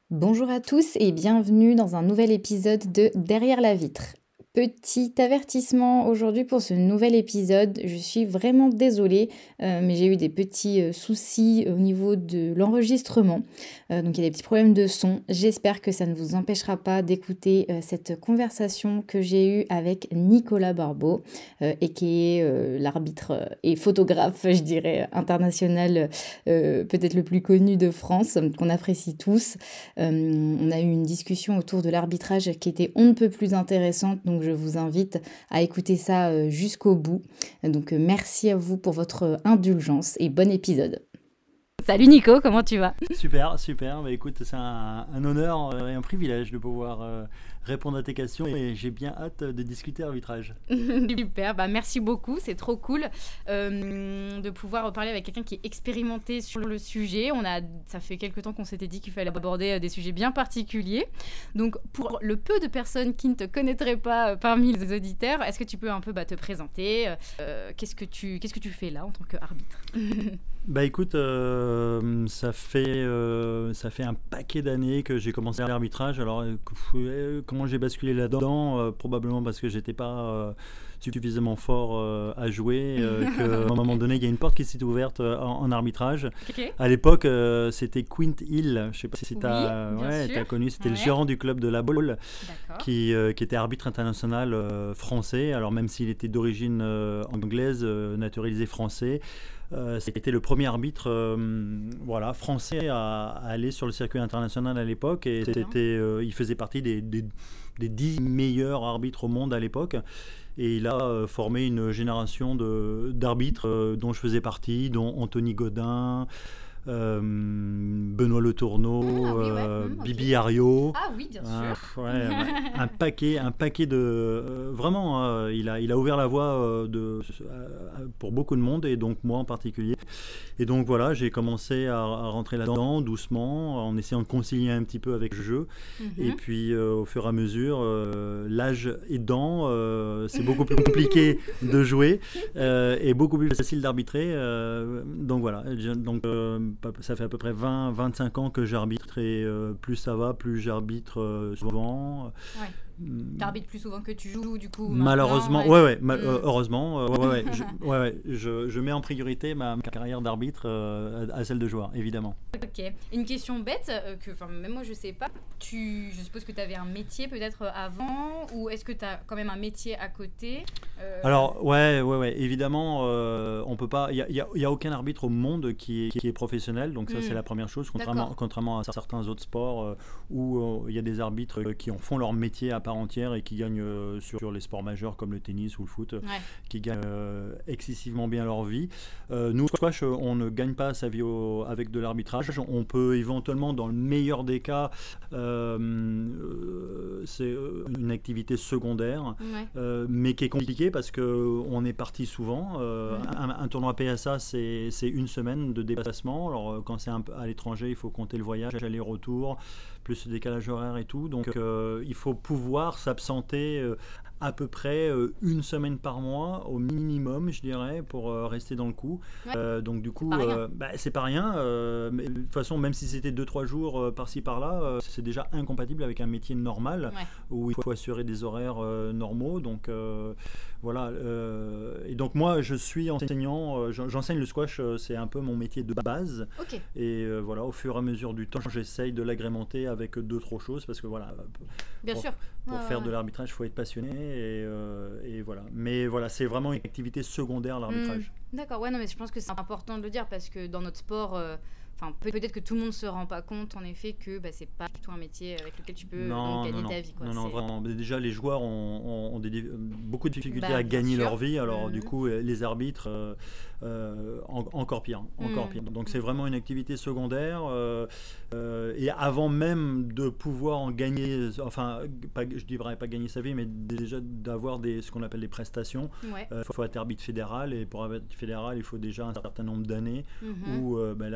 Bonjour à tous et bienvenue dans un nouvel épisode de Derrière la vitre. Petit avertissement aujourd'hui pour ce nouvel épisode, je suis vraiment désolée, mais j'ai eu des petits soucis au niveau de l'enregistrement, donc il y a des petits problèmes de son. J'espère que ça ne vous empêchera pas d'écouter cette conversation que j'ai eue avec Nicolas Barbeau, et qui est l'arbitre et photographe, je dirais, international, peut-être le plus connu de France, qu'on apprécie tous. On a eu une discussion autour de l'arbitrage qui était on ne peut plus intéressante, donc je vous invite à écouter ça jusqu'au bout. Donc merci à vous pour votre indulgence et bon épisode. Salut Nico, comment tu vas? Super, super. Bah, écoute, c'est un honneur et un privilège de pouvoir répondre à tes questions et j'ai bien hâte de discuter arbitrage. Super, bah merci beaucoup, c'est trop cool de pouvoir parler avec quelqu'un qui est expérimenté sur le sujet. Ça fait quelques temps qu'on s'était dit qu'il fallait aborder des sujets bien particuliers. Donc pour le peu de personnes qui ne te connaîtraient pas parmi les auditeurs, est-ce que tu peux un peu te présenter qu'est-ce que tu fais là en tant qu'arbitre? Bah écoute, ça fait un paquet d'années que j'ai commencé l'arbitrage. Alors comment j'ai basculé là-dedans? Probablement parce que j'étais pas suffisamment fort à jouer, qu'à un moment donné il y a une porte qui s'est ouverte en arbitrage. Ok. À l'époque c'était Quint Hill, je sais pas si tu as bien sûr. connu, c'était le Ouais. gérant du club de la Baule D'accord. qui était arbitre international français. Alors même s'il était d'origine anglaise, naturalisé français. C'était le premier arbitre français à aller sur le circuit international à l'époque et il faisait partie des 10 meilleurs arbitres au monde à l'époque et il a formé une génération d'arbitres dont je faisais partie, dont Anthony Godin, Benoît Le Tourneau, Bibi Ario. Ah oui, bien sûr. Un paquet de vraiment il a ouvert la voie pour beaucoup de monde et donc moi en particulier. Et donc voilà, j'ai commencé à rentrer là-dedans doucement en essayant de concilier un petit peu avec le jeu. Et puis au fur et à mesure, l'âge aidant, c'est beaucoup plus compliqué de jouer et beaucoup plus facile d'arbitrer. Donc voilà, ça fait à peu près 20-25 ans que j'arbitre et plus ça va, plus j'arbitre souvent. Ouais. T'arbitres plus souvent que tu joues, du coup. Malheureusement, heureusement, je mets en priorité ma carrière d'arbitre à celle de joueur, évidemment. Ok. Une question bête, que même moi je sais pas. Je suppose que tu avais un métier peut-être avant, ou est-ce que tu as quand même un métier à côté? Alors, évidemment, on peut pas. Il y a aucun arbitre au monde qui est professionnel, donc ça c'est la première chose. Contrairement à certains autres sports où il y a des arbitres qui en font leur métier à part entière et qui gagnent sur les sports majeurs comme le tennis ou le foot, qui gagnent excessivement bien leur vie. Nous, au squash, on ne gagne pas sa vie avec de l'arbitrage. On peut éventuellement, dans le meilleur des cas, c'est une activité secondaire, mais qui est compliquée parce qu'on est parti souvent. Un tournoi PSA, c'est une semaine de déplacement. Alors, quand c'est à l'étranger, il faut compter le voyage, aller-retour, plus le décalage horaire et tout. Donc, il faut pouvoir s'absenter à peu près une semaine par mois au minimum, je dirais, pour rester dans le coup. Donc du coup, c'est pas rien. Mais de toute façon, même si c'était 2-3 jours par-ci par-là, c'est déjà incompatible avec un métier normal où il faut assurer des horaires normaux. Donc voilà. Et donc moi, je suis enseignant. J'enseigne le squash, c'est un peu mon métier de base. Okay. Et voilà, au fur et à mesure du temps, j'essaye de l'agrémenter avec d'autres choses parce que voilà. Pour faire de l'arbitrage, il faut être passionné et voilà. Mais voilà, c'est vraiment une activité secondaire, l'arbitrage. D'accord, non, mais je pense que c'est important de le dire parce que dans notre sport, peut-être que tout le monde ne se rend pas compte en effet que c'est pas du tout un métier avec lequel tu peux gagner ta vie. Quoi. Non, vraiment. Déjà, les joueurs ont beaucoup de difficultés à gagner leur vie. Alors du coup, les arbitres, encore pire. Donc c'est vraiment une activité secondaire. Et avant même de pouvoir en gagner, je dirais pas gagner sa vie, mais déjà d'avoir ce qu'on appelle des prestations, faut être arbitre fédéral. Et pour être fédéral, il faut déjà un certain nombre d'années où là, tu gagnes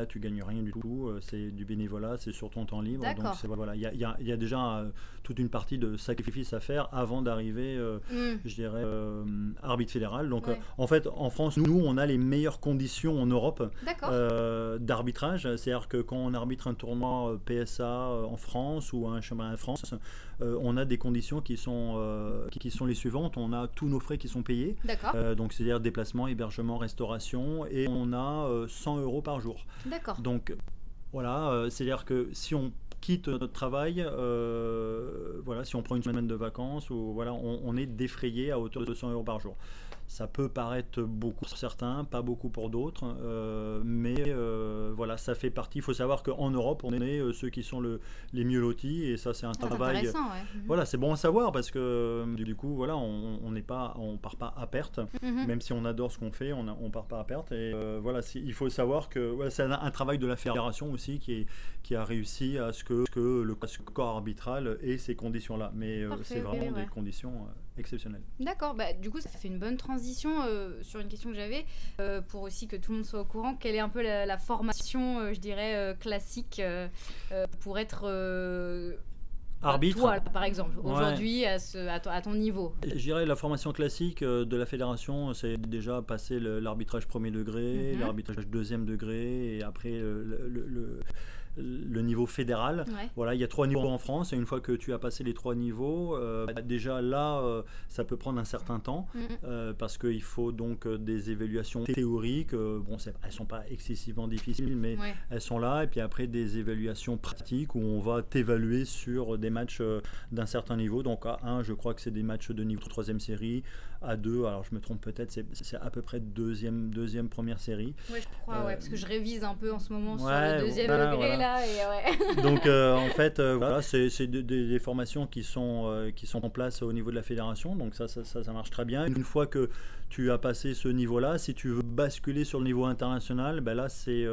rien du tout, c'est du bénévolat, c'est sur ton temps libre. D'accord. Donc voilà, il y a déjà toute une partie de sacrifice à faire avant d'arriver, je dirais, arbitre fédéral. Donc en fait, en France, nous, on a les meilleures conditions en Europe d'arbitrage. C'est-à-dire que quand on arbitre un tournoi PSA en France ou un championnat de France, on a des conditions qui sont les suivantes. On a tous nos frais qui sont payés. Donc c'est-à-dire déplacement, hébergement, restauration, et on a 100 € par jour. D'accord. Donc voilà, c'est-à-dire que si on quitte notre travail, voilà, si on prend une semaine de vacances, ou voilà, on est défrayé à hauteur de 100 € par jour. Ça peut paraître beaucoup pour certains, pas beaucoup pour d'autres, mais voilà, ça fait partie. Il faut savoir qu'en Europe, on est ceux qui sont les mieux lotis, et ça, c'est un travail. Voilà, c'est bon à savoir, parce que du coup, voilà, on part pas à perte, même si on adore ce qu'on fait, on part pas à perte. Et voilà, il faut savoir que voilà, c'est un travail de la fédération aussi qui a réussi à ce que le corps arbitral ait ces conditions-là. Mais c'est vraiment des conditions exceptionnelles. D'accord, du coup ça fait une bonne transition sur une question que j'avais, pour aussi que tout le monde soit au courant. Quelle est un peu la formation, je dirais, classique pour être arbitre, toi, par exemple, aujourd'hui à ton niveau? Je dirais la formation classique de la fédération, c'est déjà passer l'arbitrage premier degré, l'arbitrage deuxième degré, et après le niveau fédéral. Voilà, il y a 3 niveaux en France, et une fois que tu as passé les 3 niveaux, déjà là, ça peut prendre un certain temps, parce qu'il faut donc des évaluations théoriques. Bon, elles sont pas excessivement difficiles, mais elles sont là, et puis après des évaluations pratiques où on va t'évaluer sur des matchs d'un certain niveau. Donc à 1, je crois que c'est des matchs de niveau 3e série. À 2, alors je me trompe peut-être, c'est à peu près deuxième première série. Oui, je crois, parce que je révise un peu en ce moment sur le 2e degré là. Et Donc en fait, voilà, c'est des formations qui sont en place au niveau de la fédération. Donc ça marche très bien. Une fois que tu as passé ce niveau-là, si tu veux basculer sur le niveau international, là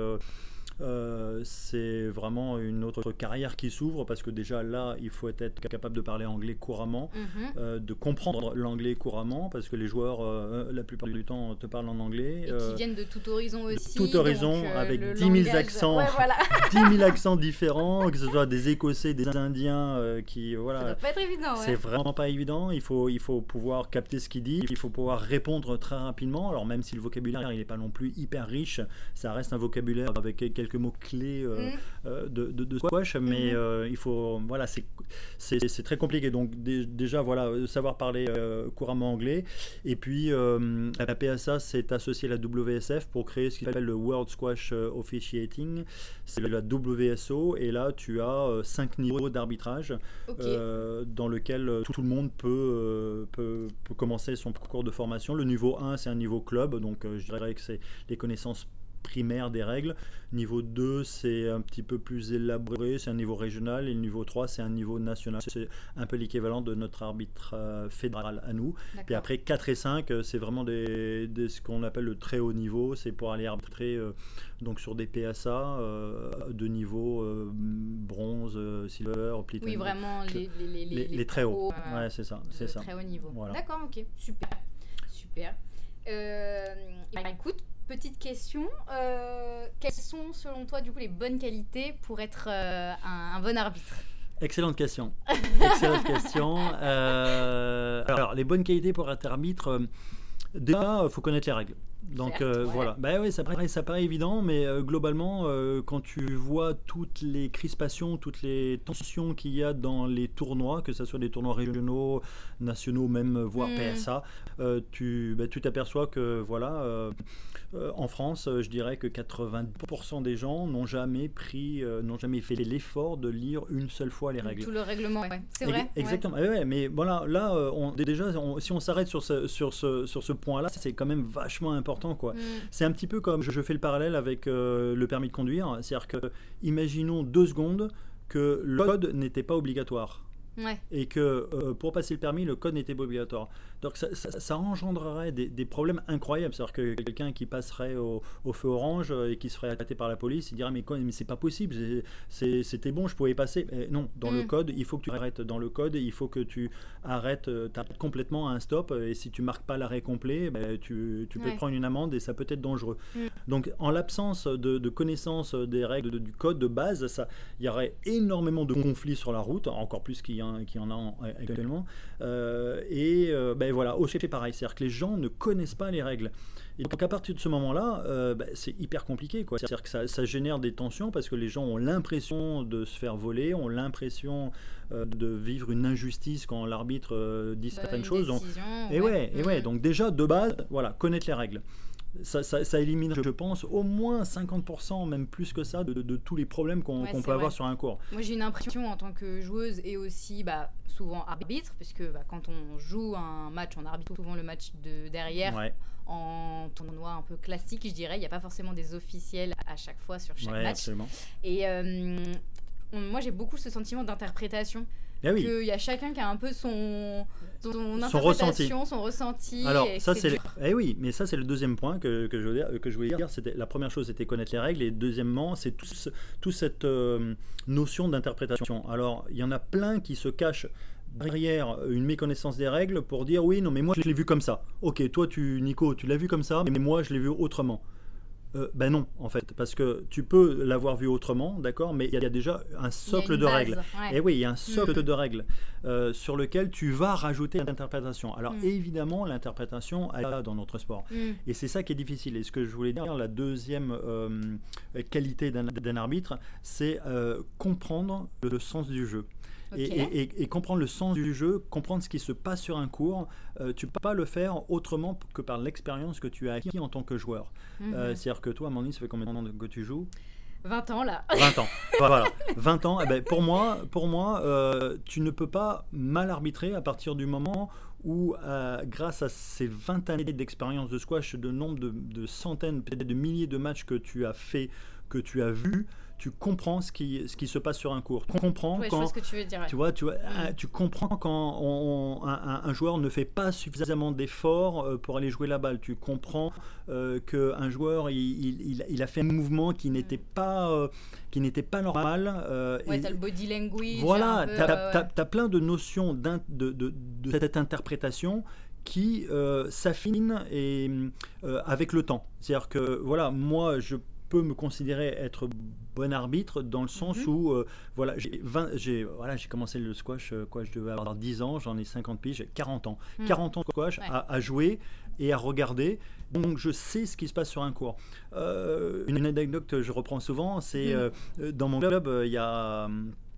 c'est vraiment une autre carrière qui s'ouvre, parce que déjà là, il faut être capable de parler anglais couramment, de comprendre l'anglais couramment, parce que les joueurs, la plupart du temps, te parlent en anglais. Et qui viennent de tout horizon aussi. Tout horizon, avec 10 000 accents, 10 000 accents différents, que ce soit des Écossais, des Indiens, qui voilà. Ça doit pas être évident. C'est vraiment pas évident. Il faut pouvoir capter ce qu'il dit, il faut pouvoir répondre très rapidement. Alors même si le vocabulaire il n'est pas non plus hyper riche, ça reste un vocabulaire avec quelques mots clés de squash, mais il faut, voilà, c'est très compliqué. Donc déjà voilà, savoir parler couramment anglais, et puis la PSA s'est associée à la WSF pour créer ce qui s'appelle le World Squash Officiating, c'est la WSO, et là tu as 5 niveaux d'arbitrage dans lequel tout le monde peut commencer son parcours de formation. Le niveau 1, c'est un niveau club, donc je dirais que c'est les connaissances primaire des règles. Niveau 2, c'est un petit peu plus élaboré, c'est un niveau régional, et le niveau 3, c'est un niveau national. C'est un peu l'équivalent de notre arbitre fédéral à nous. Puis après, 4 et 5, c'est vraiment ce qu'on appelle le très haut niveau, c'est pour aller arbitrer donc sur des PSA de niveau bronze, silver, platinum. Oui, vraiment les très hauts. Ouais, c'est ça. Très haut niveau. Voilà. D'accord, ok, super. Écoute, petite question, quelles sont selon toi du coup les bonnes qualités pour être un bon arbitre? Excellente question. Alors, les bonnes qualités pour être arbitre, déjà, il faut connaître les règles. Donc voilà, oui, ça paraît évident, mais globalement, quand tu vois toutes les crispations, toutes les tensions qu'il y a dans les tournois, que ce soit des tournois régionaux, nationaux, même voire PSA, tu t'aperçois que voilà, en France, je dirais que 90% des gens n'ont jamais fait l'effort de lire une seule fois les règles. Tout le règlement, c'est vrai. Exactement. Ouais, mais voilà, là, si on s'arrête sur ce point-là, c'est quand même vachement important. C'est un petit peu comme je fais le parallèle avec le permis de conduire, c'est-à-dire que imaginons 2 secondes que le code n'était pas obligatoire. et que pour passer le permis, le code n'était pas obligatoire. Donc ça engendrerait des problèmes incroyables. C'est-à-dire que quelqu'un qui passerait au feu orange et qui se ferait arrêter par la police, il dirait mais c'est pas possible, c'était bon, je pouvais passer. Non, dans le code, il faut que tu arrêtes. Dans le code, il faut que tu arrêtes, t'arrêtes complètement à un stop, et si tu marques pas l'arrêt complet, tu peux te prendre une amende et ça peut être dangereux. Donc en l'absence de connaissance des règles du code de base, il y aurait énormément de conflits sur la route, encore plus qu'il y en a actuellement. Voilà, aussi c'est pareil, c'est-à-dire que les gens ne connaissent pas les règles. Et donc à partir de ce moment-là, c'est hyper compliqué, quoi. C'est-à-dire que ça génère des tensions parce que les gens ont l'impression de se faire voler, ont l'impression de vivre une injustice quand l'arbitre dit certaines choses. Donc déjà de base, voilà, connaître les règles. Ça élimine, je pense, au moins 50%, même plus que ça, de tous les problèmes qu'on peut avoir sur un court. Moi, j'ai une impression en tant que joueuse et aussi souvent arbitre, puisque quand on joue un match, on arbitre souvent le match de derrière. En tournoi un peu classique, je dirais. Il n'y a pas forcément des officiels à chaque fois sur chaque match. Absolument. Et moi, j'ai beaucoup ce sentiment d'interprétation. Qu'il y a chacun qui a un peu son interprétation, son ressenti. Alors, ça, mais ça, c'est le deuxième point que je voulais dire. La première chose, c'était connaître les règles. Et deuxièmement, c'est toute cette notion d'interprétation. Alors, il y en a plein qui se cachent derrière une méconnaissance des règles pour dire oui, non, mais moi, je l'ai vu comme ça. Ok, toi, Nico, tu l'as vu comme ça, mais moi, je l'ai vu autrement. Non, en fait, parce que tu peux l'avoir vu autrement, d'accord, mais il y a déjà un socle de règles. Et oui, il y a un socle de règles sur lequel tu vas rajouter l'interprétation. Alors évidemment, l'interprétation, elle est là dans notre sport. Et c'est ça qui est difficile. Et ce que je voulais dire, la deuxième qualité d'un arbitre, c'est comprendre le sens du jeu. Et comprendre le sens du jeu, comprendre ce qui se passe sur un court, tu ne peux pas le faire autrement que par l'expérience que tu as acquis en tant que joueur. C'est-à-dire que toi, Amandine, ça fait combien de temps que tu joues ? 20 ans là. 20 ans. Voilà. 20 ans. Pour moi, tu ne peux pas mal arbitrer à partir du moment où, grâce à ces 20 années d'expérience de squash, de nombre de centaines, peut-être de milliers de matchs que tu as fait, que tu as vu, tu comprends ce qui se passe sur un court. Tu comprends quand, je vois ce que tu veux dire. Tu comprends quand un joueur ne fait pas suffisamment d'efforts pour aller jouer la balle. Tu comprends qu'un joueur il a fait un mouvement qui n'était pas normal. T'as le body language. Voilà, t'as plein de notions de cette interprétation qui s'affinent avec le temps. C'est-à-dire que voilà, moi je peux me considérer être bon arbitre dans le sens où j'ai commencé le squash je devais avoir 10 ans, j'en ai 50 piges, j'ai 40 ans. 40 ans de squash à jouer et à regarder, donc je sais ce qui se passe sur un court. Une anecdote que je reprends souvent, c'est dans mon club, il y a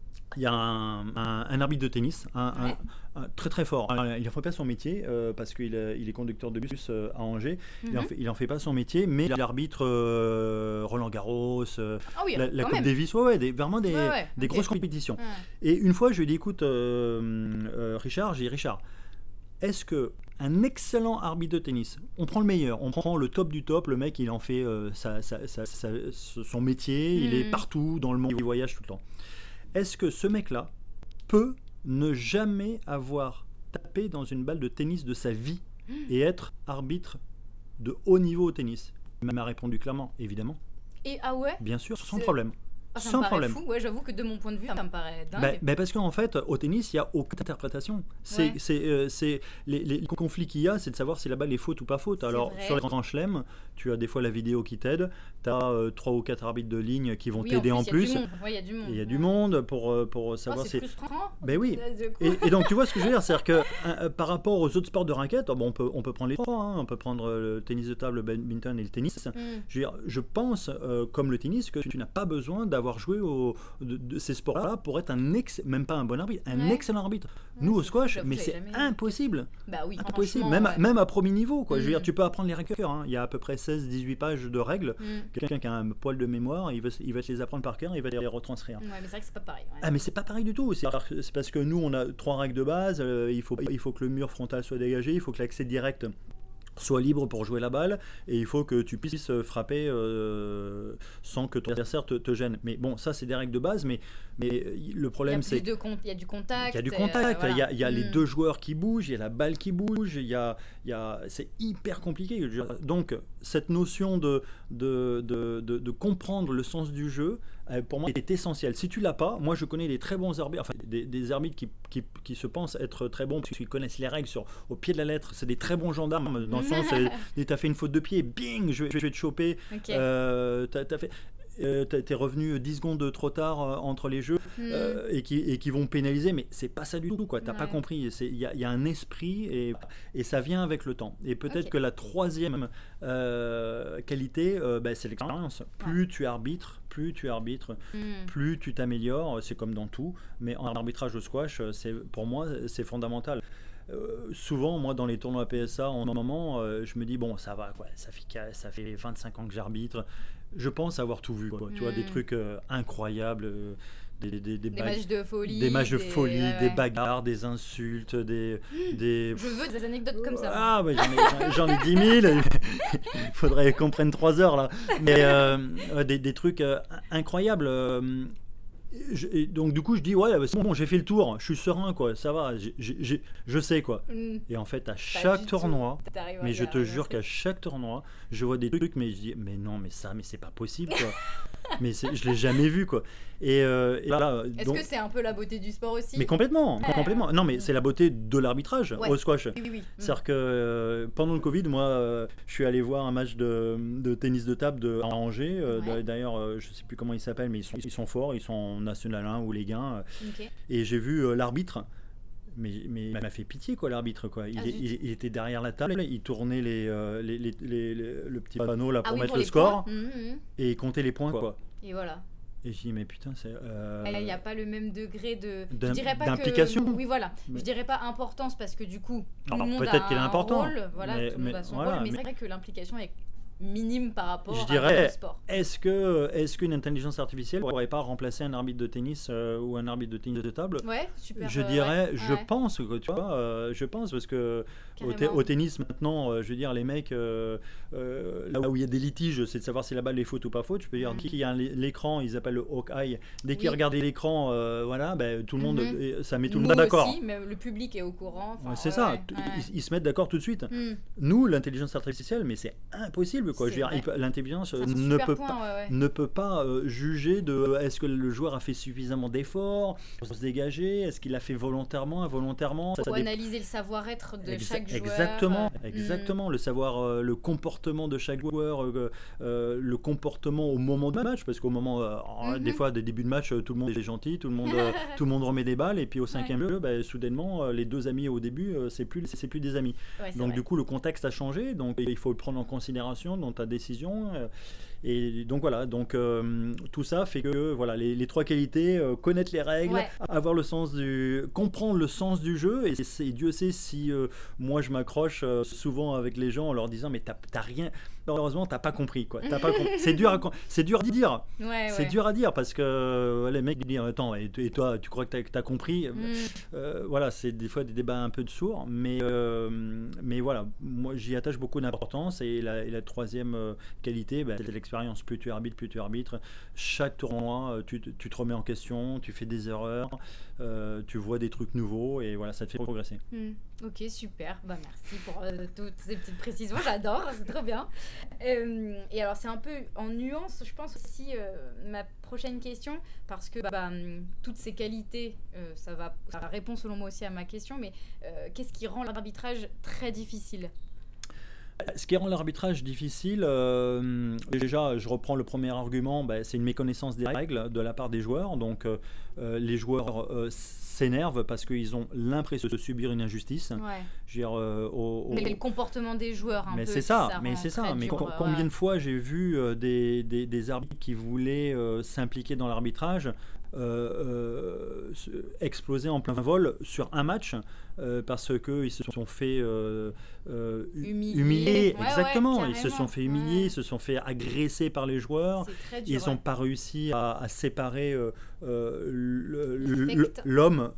un arbitre de tennis, un très très fort. Alors, il n'en fait pas son métier parce qu'il est conducteur de bus à Angers. Il n'en fait pas son métier, mais il arbitre Roland Garros, la Coupe Davis, vraiment des grosses compétitions. Et une fois, je lui ai dit, écoute, Richard, est-ce que un excellent arbitre de tennis, on prend le meilleur, on prend le top du top, le mec il en fait son métier, il est partout dans le monde, il voyage tout le temps. Est-ce que ce mec-là peut ne jamais avoir tapé dans une balle de tennis de sa vie et être arbitre de haut niveau au tennis ? Il m'a répondu clairement, évidemment. Et ah ouais ? Bien sûr, sans problème. Ça me paraît fou, j'avoue que de mon point de vue, ça me paraît dingue. Parce qu'en fait, au tennis, il n'y a aucune interprétation. Les conflits qu'il y a, c'est de savoir si la balle est faute ou pas faute. Alors, sur les grands chelems, tu as des fois la vidéo qui t'aide, tu as 3 ou 4 arbitres de ligne qui vont t'aider en plus. Il y a du monde pour savoir c'est frustrant. Oui. Et donc, tu vois ce que je veux dire, c'est-à-dire que par rapport aux autres sports de raquettes, on peut prendre les trois, on peut prendre le tennis de table, le badminton et le tennis. Je pense, comme le tennis, que tu n'as pas besoin d'avoir joué de ces sports-là pour être même pas un bon arbitre, excellent arbitre. Nous au squash, mais c'est impossible. Impossible, même à premier niveau, quoi. Je veux dire, tu peux apprendre les règles. Il y a à peu près 16-18 pages de règles. Quelqu'un qui a un poil de mémoire, il va te les apprendre par cœur, il va les retranscrire. Mais c'est vrai que c'est pas pareil. Mais c'est pas pareil du tout. C'est parce que nous, on a 3 règles de base. Il faut que le mur frontal soit dégagé, il faut que l'accès direct sois libre pour jouer la balle et il faut que tu puisses frapper sans que ton adversaire te gêne. Mais bon, ça c'est des règles de base, mais le problème c'est... Il y a du contact. Il y a du contact, il y a les deux joueurs qui bougent, il y a la balle qui bouge, c'est hyper compliqué. Donc cette notion de comprendre le sens du jeu, pour moi, est essentielle. Si tu l'as pas, moi je connais des très bons arbitres, enfin des arbitres qui se pensent être très bons parce qu'ils connaissent les règles au pied de la lettre. C'est des très bons gendarmes dans le sens, t'as fait une faute de pied, bing, je vais te choper. Okay. T'es revenu 10 secondes trop tard entre les jeux et qui vont pénaliser, mais c'est pas ça du tout, quoi. T'as pas compris. Il y a un esprit et ça vient avec le temps. Et peut-être que la troisième qualité, c'est l'expérience. Plus tu arbitres, plus tu t'améliores. C'est comme dans tout, mais en arbitrage de squash, pour moi, c'est fondamental. Souvent, moi, dans les tournois PSA, en un moment, je me dis, bon, ça va, quoi. Ça fait 25 ans que j'arbitre. Je pense avoir tout vu, quoi. Tu vois, des trucs incroyables, des matchs de folie, des bagarres, des insultes, Je veux des anecdotes comme ça. Ah, ouais, j'en ai 10 000. Il faudrait qu'on prenne 3 heures, là. Mais des trucs incroyables. Donc du coup je dis ouais c'est bon, j'ai fait le tour, je suis serein, quoi, ça va, je sais, quoi. Et en fait à chaque tournoi, mais je te jure qu'à chaque tournoi je vois des trucs, mais je dis mais non, mais c'est pas possible, quoi. Mais je l'ai jamais vu, quoi. Et voilà, est-ce que c'est un peu la beauté du sport aussi? Mais complètement. Non, mais c'est la beauté de l'arbitrage au squash. Oui. C'est-à-dire que pendant le Covid, moi, je suis allé voir un match de tennis de table à Angers. D'ailleurs, je sais plus comment ils s'appellent, mais ils sont forts. Ils sont en National 1 ou Ligue 1. Et j'ai vu l'arbitre. Mais il m'a fait pitié, quoi, l'arbitre, quoi. Il était derrière la table, il tournait le petit panneau là pour mettre le score et il comptait les points, quoi. Et voilà. Et je dis mais putain, c'est... Il n'y a pas le même degré je dirais pas d'implication. Oui, voilà. Je dirais pas importance parce que du coup, tout le monde peut-être a qu'il est important. Rôle. Voilà, tout le monde a son rôle. Mais c'est vrai que l'implication est minime par rapport à un sport. Est-ce qu'une intelligence artificielle pourrait pas remplacer un arbitre de tennis ou un arbitre de tennis de table? Ouais, super. Je dirais, je pense que tu vois, je pense parce que au tennis maintenant, je veux dire, les mecs, là où il y a des litiges, c'est de savoir si la balle est faute ou pas faute. Je peux dire qu'il y a l'écran, ils appellent le Hawkeye. Dès qu'ils regardent l'écran, voilà, tout le monde, ça met tout le monde d'accord. Aussi, mais le public est au courant. C'est ça. Ils se mettent d'accord tout de suite. Nous, l'intelligence artificielle, mais c'est impossible. Quoi. Je veux dire, l'intelligence ne peut pas juger de est-ce que le joueur a fait suffisamment d'efforts pour se dégager, est-ce qu'il a fait volontairement, involontairement. Pour analyser le savoir-être de chaque joueur. Exactement. Le savoir, le comportement de chaque joueur, le comportement au moment du match, parce qu'au moment, des fois, des débuts de match, tout le monde est gentil, tout le monde remet des balles, et puis au cinquième jeu, soudainement, les deux amis au début, c'est plus des amis. Donc du coup, le contexte a changé, donc il faut le prendre en considération dans ta décision, et donc voilà, tout ça fait que voilà, les trois qualités, connaître les règles, avoir comprendre le sens du jeu, et Dieu sait si moi je m'accroche souvent avec les gens en leur disant mais t'as rien, heureusement t'as pas compris, quoi. C'est dur à dire. C'est dur à dire parce que les mecs disent attends, et toi tu crois que t'as compris. Voilà, c'est des fois des débats un peu de sourds, mais voilà, moi j'y attache beaucoup d'importance, et la troisième qualité, c'est l'expérience. Plus tu arbitres, chaque tournoi tu te remets en question, tu fais des erreurs, tu vois des trucs nouveaux, et voilà, ça te fait progresser. Ok, super, merci pour toutes ces petites précisions, j'adore, c'est trop bien. Et alors c'est un peu en nuance, je pense aussi, ma prochaine question, parce que toutes ces qualités, ça répond selon moi aussi à ma question, mais qu'est-ce qui rend l'arbitrage très difficile ? Ce qui rend l'arbitrage difficile, déjà, je reprends le premier argument, c'est une méconnaissance des règles de la part des joueurs. Donc, les joueurs s'énervent parce qu'ils ont l'impression de subir une injustice. Je veux dire, mais le comportement des joueurs, mais c'est ça. Mais combien de fois j'ai vu des arbitres qui voulaient s'impliquer dans l'arbitrage exploser en plein vol sur un match parce qu'ils se sont fait humilier. Exactement, ils se sont fait humilier, ils se sont fait agresser par les joueurs. Ils n'ont pas réussi à séparer l'homme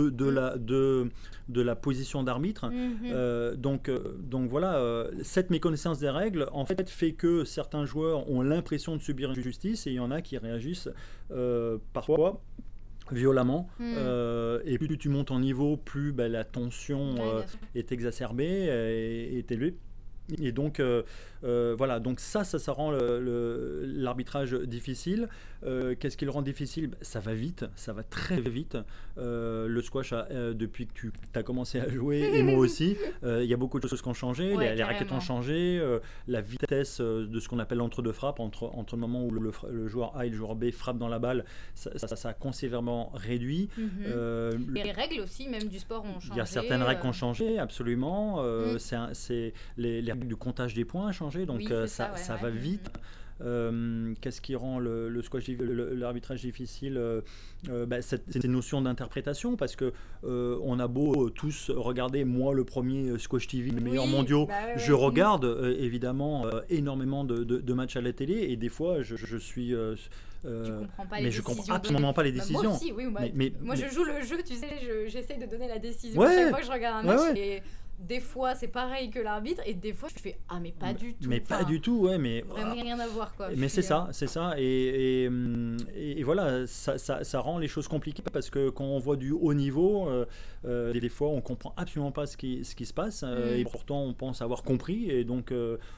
de la position d'arbitre. Donc voilà, cette méconnaissance des règles en fait fait que certains joueurs ont l'impression de subir une injustice et il y en a qui réagissent parfois violemment, et plus tu montes en niveau, plus la tension est exacerbée, est élevée. Et donc voilà, donc ça rend l'arbitrage difficile. Qu'est-ce qui le rend difficile? Ça va vite, ça va très vite. Le squash, depuis que tu as commencé à jouer, et moi aussi, il y a beaucoup de choses qui ont changé. Les raquettes ont changé, la vitesse de ce qu'on appelle l'entre-deux frappes, entre le moment où le joueur A et le joueur B frappent dans la balle, ça a considérablement réduit. Les règles aussi, même du sport, ont changé. Il y a certaines règles qui ont changé, absolument. Les règles du comptage des points ont changé, donc ça va vite. Qu'est-ce qui rend le squash, l'arbitrage difficile? Cette notion d'interprétation, parce que on a beau tous regarder, moi le premier, Squash TV, les meilleurs mondiaux, je regarde évidemment énormément de matchs à la télé, et des fois je suis mais je comprends absolument pas les décisions. Moi aussi, oui. Moi je joue le jeu, tu sais, j'essaye de donner la décision à chaque fois que je regarde un match. Et des fois c'est pareil que l'arbitre, et des fois je fais mais pas du tout. Mais pas du tout, mais vraiment rien à voir, quoi. Mais c'est ça. Et voilà, ça rend les choses compliquées, parce que quand on voit du haut niveau, des fois on comprend absolument pas ce qui se passe, et pourtant on pense avoir compris, et donc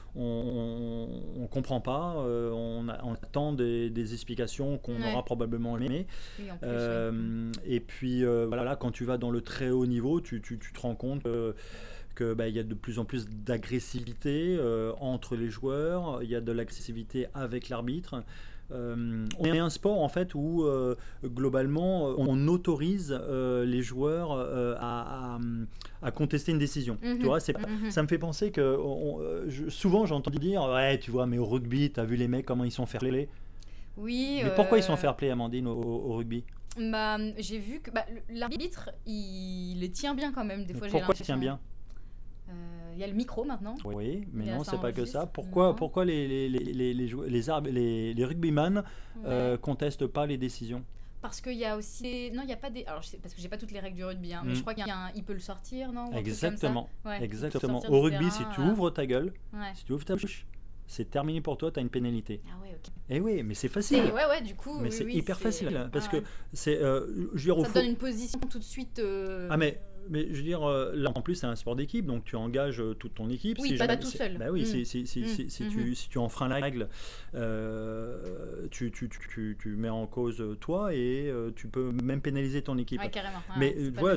on comprend pas, on attend des explications qu'on aura probablement aimées. Et puis voilà, quand tu vas dans le très haut niveau, tu te rends compte qu'il y a de plus en plus d'agressivité entre les joueurs, il y a de l'agressivité avec l'arbitre. On est un sport en fait où globalement on autorise les joueurs à contester une décision. Tu vois, ça me fait penser que souvent j'entends dire tu vois, mais au rugby, t'as vu les mecs comment ils sont fair play? Oui. Mais pourquoi ils sont fair play, Amandine, au rugby? J'ai vu que l'arbitre il les tient bien quand même, des fois. Pourquoi il tient bien? Il y a le micro maintenant. Oui, mais non, c'est pas que ça. Pourquoi les rugbyman contestent pas les décisions? Parce qu'il y a aussi... Non, il n'y a pas des... Alors, parce que j'ai pas toutes les règles du rugby, mais je crois qu'il y a il peut le sortir, non? Exactement. Exactement. Au rugby, si tu ouvres ta gueule, si tu ouvres ta bouche, c'est terminé pour toi, tu as une pénalité. Ah ouais, ok. Et oui, mais c'est facile. Du coup... Mais c'est hyper facile, parce que c'est... ça te donne une position tout de suite... Mais je veux dire, là en plus c'est un sport d'équipe, donc tu engages toute ton équipe. Oui, pas tout seul. Si tu enfreins la règle, tu mets en cause toi, et tu peux même pénaliser ton équipe. Ouais, carrément. Mais voilà,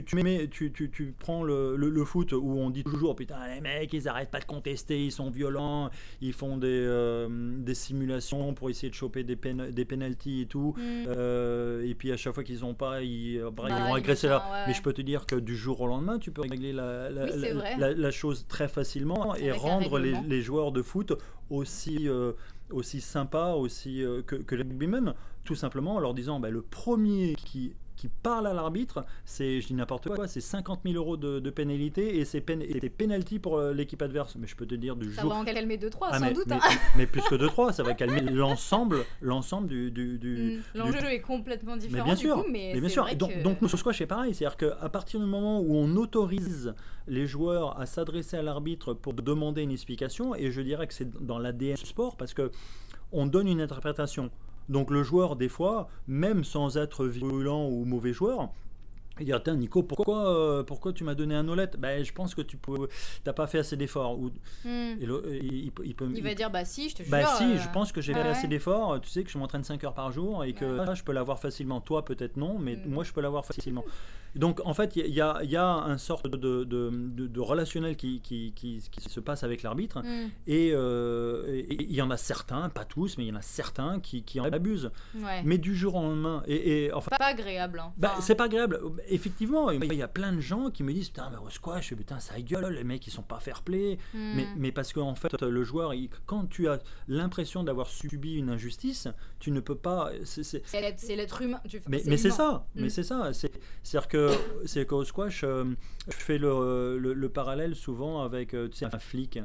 tu prends le foot, où on dit toujours putain, les mecs ils arrêtent pas de contester, ils sont violents, ils font des simulations pour essayer de choper des pénaltys et tout, et puis à chaque fois qu'ils ont pas, ils vont agresser là. Mais je peux te dire que du jour au lendemain, tu peux régler la chose très facilement, et rendre les joueurs de foot aussi sympas que les rugbymen, tout simplement en leur disant le premier qui parle à l'arbitre, je dis n'importe quoi, c'est 50 000 euros de pénalité, et c'est pénalty pour l'équipe adverse. Mais je peux te dire du ça jour... va en calmer 2-3 sans doute. Mais plus que 2-3, ça va calmer l'ensemble du... L'enjeu est complètement différent. Mais bien sûr, du coup, mais bien sûr. Donc nous sur squash c'est pareil, c'est-à-dire qu'à partir du moment où on autorise les joueurs à s'adresser à l'arbitre pour demander une explication, et je dirais que c'est dans l'ADN du sport, parce que on donne une interprétation. Donc le joueur, des fois, même sans être virulent ou mauvais joueur, il dit tiens Nico, pourquoi tu m'as donné un no-let? Je pense que t'as pas fait assez d'efforts. Il va dire si, je te jure. Si, je pense que j'ai fait assez d'efforts. Tu sais que je m'entraîne 5 heures par jour, et que je peux l'avoir facilement. Toi peut-être non, mais moi je peux l'avoir facilement. Donc en fait il y a un sorte de relationnel qui se passe avec l'arbitre, et il y en a certains, pas tous, mais il y en a certains qui en abusent. Mais du jour au lendemain, et enfin, pas agréable. C'est pas agréable. Effectivement, il y a plein de gens qui me disent putain, mais au squash, putain, ça gueule, les mecs ils sont pas fair play. Mais parce qu'en fait, le joueur, quand tu as l'impression d'avoir subi une injustice, tu ne peux pas. C'est l'être humain. Mais c'est ça. Mais c'est ça. C'est qu'au squash, je fais le parallèle souvent avec un flic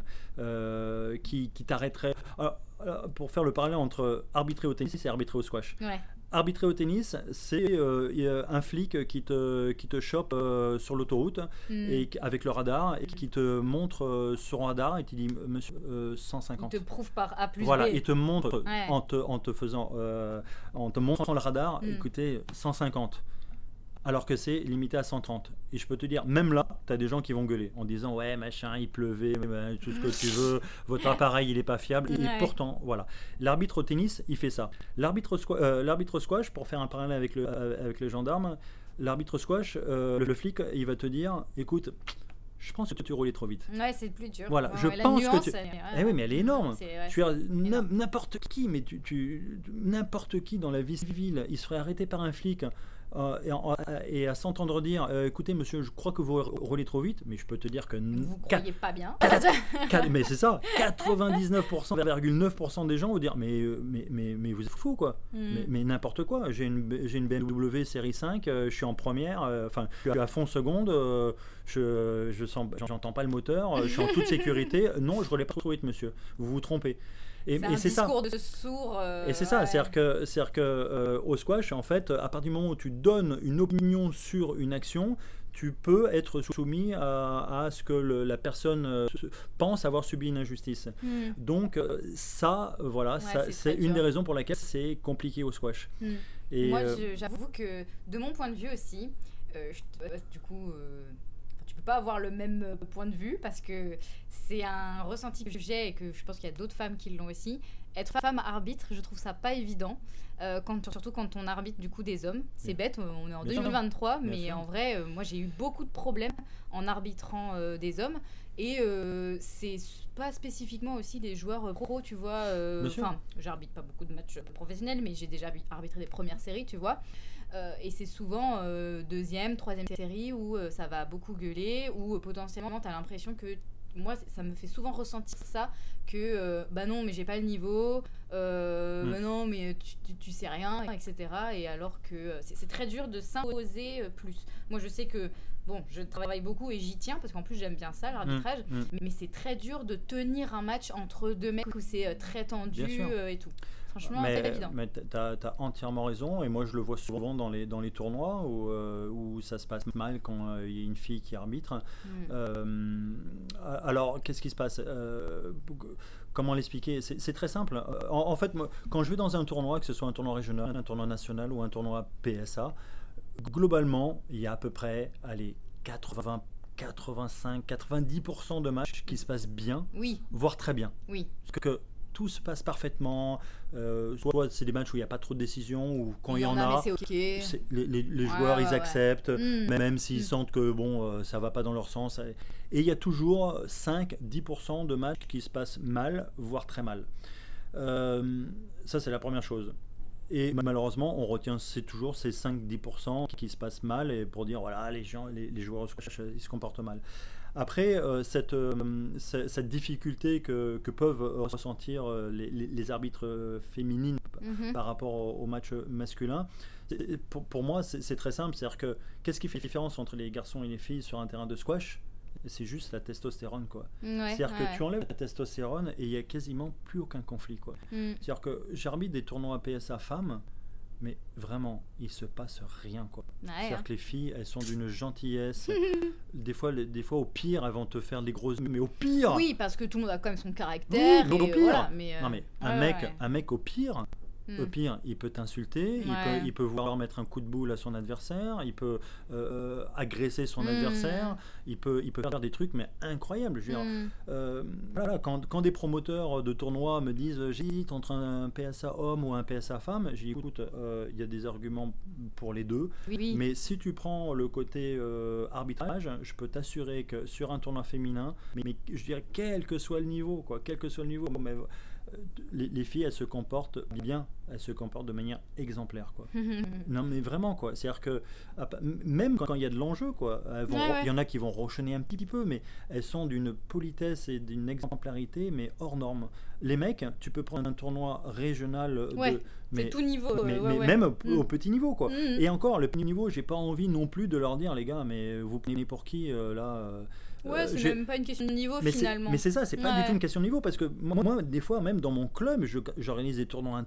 qui t'arrêterait. Alors, pour faire le parallèle entre arbitrer au tennis et arbitrer au squash. arbitrer au tennis, c'est y a un flic qui te chope sur l'autoroute et avec le radar et qui te montre sur un radar et qui dit monsieur 150. Il te prouve par A plus voilà, B. il te montre en te montrant le radar, écoutez 150. Alors que c'est limité à 130. Et je peux te dire, même là, tu as des gens qui vont gueuler en disant ouais, machin, il pleuvait, tout ce que tu veux, votre appareil, il n'est pas fiable. Et pourtant, voilà. L'arbitre au tennis, il fait ça. L'arbitre squash, pour faire un parallèle avec le gendarme, l'arbitre squash, le flic, il va te dire écoute, je pense que tu roulais trop vite. Ouais, c'est plus dur. Voilà, je pense que tu. Oui, mais elle est énorme. N'importe qui, n'importe qui dans la vie civile, il serait arrêté par un flic. Et à s'entendre dire écoutez monsieur, je crois que vous roulez trop vite, mais je peux te dire que vous croyez pas bien. Mais c'est ça, 99,9% des gens vont dire mais vous êtes fou quoi. Mais n'importe quoi, j'ai une BMW série 5, je suis en première, je suis à fond seconde, j'entends pas le moteur, je suis en toute sécurité, non je roulais pas trop vite monsieur, vous vous trompez. C'est un discours de sourd. Et c'est ça, c'est-à-dire que au squash, en fait, à partir du moment où tu donnes une opinion sur une action, tu peux être soumis à ce que la personne pense avoir subi une injustice. Donc ça, voilà, c'est une des raisons pour laquelle c'est compliqué au squash. Et moi, j'avoue que de mon point de vue aussi, du coup... tu peux pas avoir le même point de vue parce que c'est un ressenti que j'ai et que je pense qu'il y a d'autres femmes qui l'ont aussi. Être femme arbitre, je trouve ça pas évident, surtout quand on arbitre du coup des hommes. C'est bête, on est en 2023, mais en vrai, moi j'ai eu beaucoup de problèmes en arbitrant des hommes et c'est pas spécifiquement aussi des joueurs pro, tu vois. J'arbitre pas beaucoup de matchs professionnels, mais j'ai déjà arbitré des premières séries, tu vois. Et c'est souvent deuxième, troisième série où ça va beaucoup gueuler, où potentiellement tu as l'impression que moi ça me fait souvent ressentir ça que bah non mais j'ai pas le niveau, bah non mais tu sais rien, etc. Et alors que c'est très dur de s'imposer plus. Moi je sais que bon, je travaille beaucoup et j'y tiens parce qu'en plus j'aime bien ça, l'arbitrage, mais c'est très dur de tenir un match entre deux mecs où c'est très tendu et tout. Franchement, c'est pas évident. Mais t'as entièrement raison, et moi je le vois souvent dans les tournois où ça se passe mal quand il y a une fille qui arbitre. Alors, qu'est-ce qui se passe comment l'expliquer ? C'est très simple. En fait, moi, quand je vais dans un tournoi, que ce soit un tournoi régional, un tournoi national ou un tournoi PSA, globalement, il y a à peu près 80, 85, 90% de matchs qui se passent bien, voire très bien. Oui. Parce que tout se passe parfaitement, soit c'est des matchs où il n'y a pas trop de décisions, ou quand il y en a, c'est okay. les joueurs ils acceptent, même s'ils sentent que bon, ça ne va pas dans leur sens. Et il y a toujours 5-10% de matchs qui se passent mal, voire très mal. Ça c'est la première chose. Et malheureusement, on retient toujours ces 5-10% qui se passent mal, et pour dire voilà, les joueurs ils se comportent mal. Après, cette difficulté que peuvent ressentir les arbitres féminines par rapport au match masculin, pour moi, c'est très simple. C'est-à-dire que qu'est-ce qui fait la différence entre les garçons et les filles sur un terrain de squash ? C'est juste la testostérone, quoi. C'est-à-dire que tu enlèves la testostérone et il n'y a quasiment plus aucun conflit, quoi. C'est-à-dire que j'arbitre des tournois PSA femmes, mais vraiment, il se passe rien, quoi. C'est-à-dire que les filles, elles sont d'une gentillesse. Des fois, au pire, elles vont te faire des grosses... Mais au pire... Oui, parce que tout le monde a quand même son caractère. Oui, mais au pire... Voilà, non, mais un mec, au pire... Au pire, il peut t'insulter, il peut vouloir mettre un coup de boule à son adversaire, il peut agresser son adversaire, il peut faire des trucs mais incroyables. Je veux dire, voilà, quand des promoteurs de tournois me disent j'hésite entre un PSA homme ou un PSA femme, je dis écoute, il y a des arguments pour les deux, mais si tu prends le côté arbitrage, je peux t'assurer que sur un tournoi féminin, mais je dirais quel que soit le niveau, mais les filles, elles se comportent bien, elles se comportent de manière exemplaire, quoi. Non, mais vraiment, quoi. C'est-à-dire que même quand il y a de l'enjeu, quoi, il y en a qui vont rochonner un petit peu, mais elles sont d'une politesse et d'une exemplarité, mais hors norme. Les mecs, tu peux prendre un tournoi régional, c'est tout niveau, même au petit niveau, quoi. Et encore, le petit niveau, j'ai pas envie non plus de leur dire, les gars, mais vous prenez pour qui là c'est même pas une question de niveau finalement. Mais c'est ça, c'est pas du tout une question de niveau, parce que moi, des fois, même dans mon club, j'organise des tournois internes où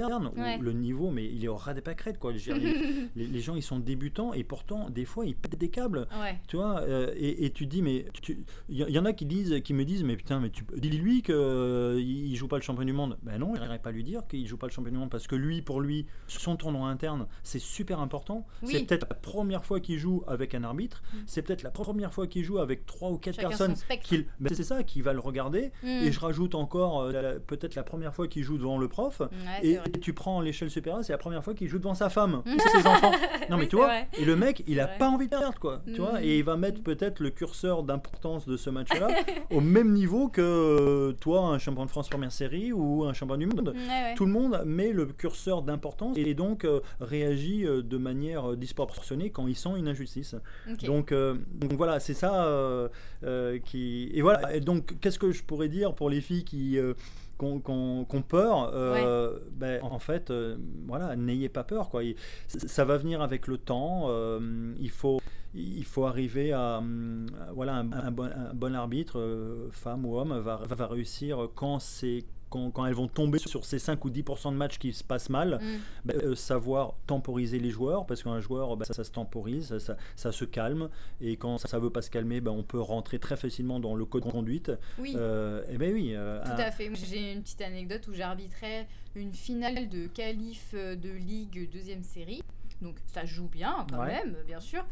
le niveau, mais il est au ras des pâquerettes, quoi. Je veux dire, les gens, ils sont débutants et pourtant, des fois, ils pètent des câbles. Ouais. Tu vois, et tu te dis, mais il y en a qui me disent, mais putain, mais dis-lui qu'il joue pas le champion du monde. Ben non, je n'irai pas lui dire qu'il joue pas le champion du monde parce que pour lui, son tournoi interne, c'est super important. Oui. C'est peut-être la première fois qu'il joue avec un arbitre. C'est peut-être la première fois qu'il joue avec 3 ou 4 personnes. C'est ça, qui va le regarder. Et je rajoute encore peut-être la première fois qu'il joue devant le prof. Et tu prends l'échelle supérieure, c'est la première fois qu'il joue devant sa femme ou ses enfants. Non, mais tu vois, et le mec, il a pas envie de perdre, quoi. Tu vois, et il va mettre peut-être le curseur d'importance de ce match-là au même niveau que toi, un champion de France première série ou un champion du monde. Tout le monde met le curseur d'importance et donc réagit de manière disproportionnée quand ils sentent une injustice. Donc voilà, c'est ça qui... Et voilà, et donc qu'est-ce que je pourrais dire pour les filles qui ont peur, en fait, voilà, n'ayez pas peur, quoi. Ça va venir avec le temps. Il faut arriver à voilà, un bon arbitre, femme ou homme, va réussir quand elles vont tomber sur ces 5 ou 10% de matchs qui se passent mal, savoir temporiser les joueurs, parce qu'un joueur, ça se temporise, ça se calme, et quand ça ne veut pas se calmer, on peut rentrer très facilement dans le code de conduite. Oui. Tout à fait. J'ai une petite anecdote où j'arbitrais une finale de qualif de Ligue 2e série. Donc ça joue bien quand même, bien sûr.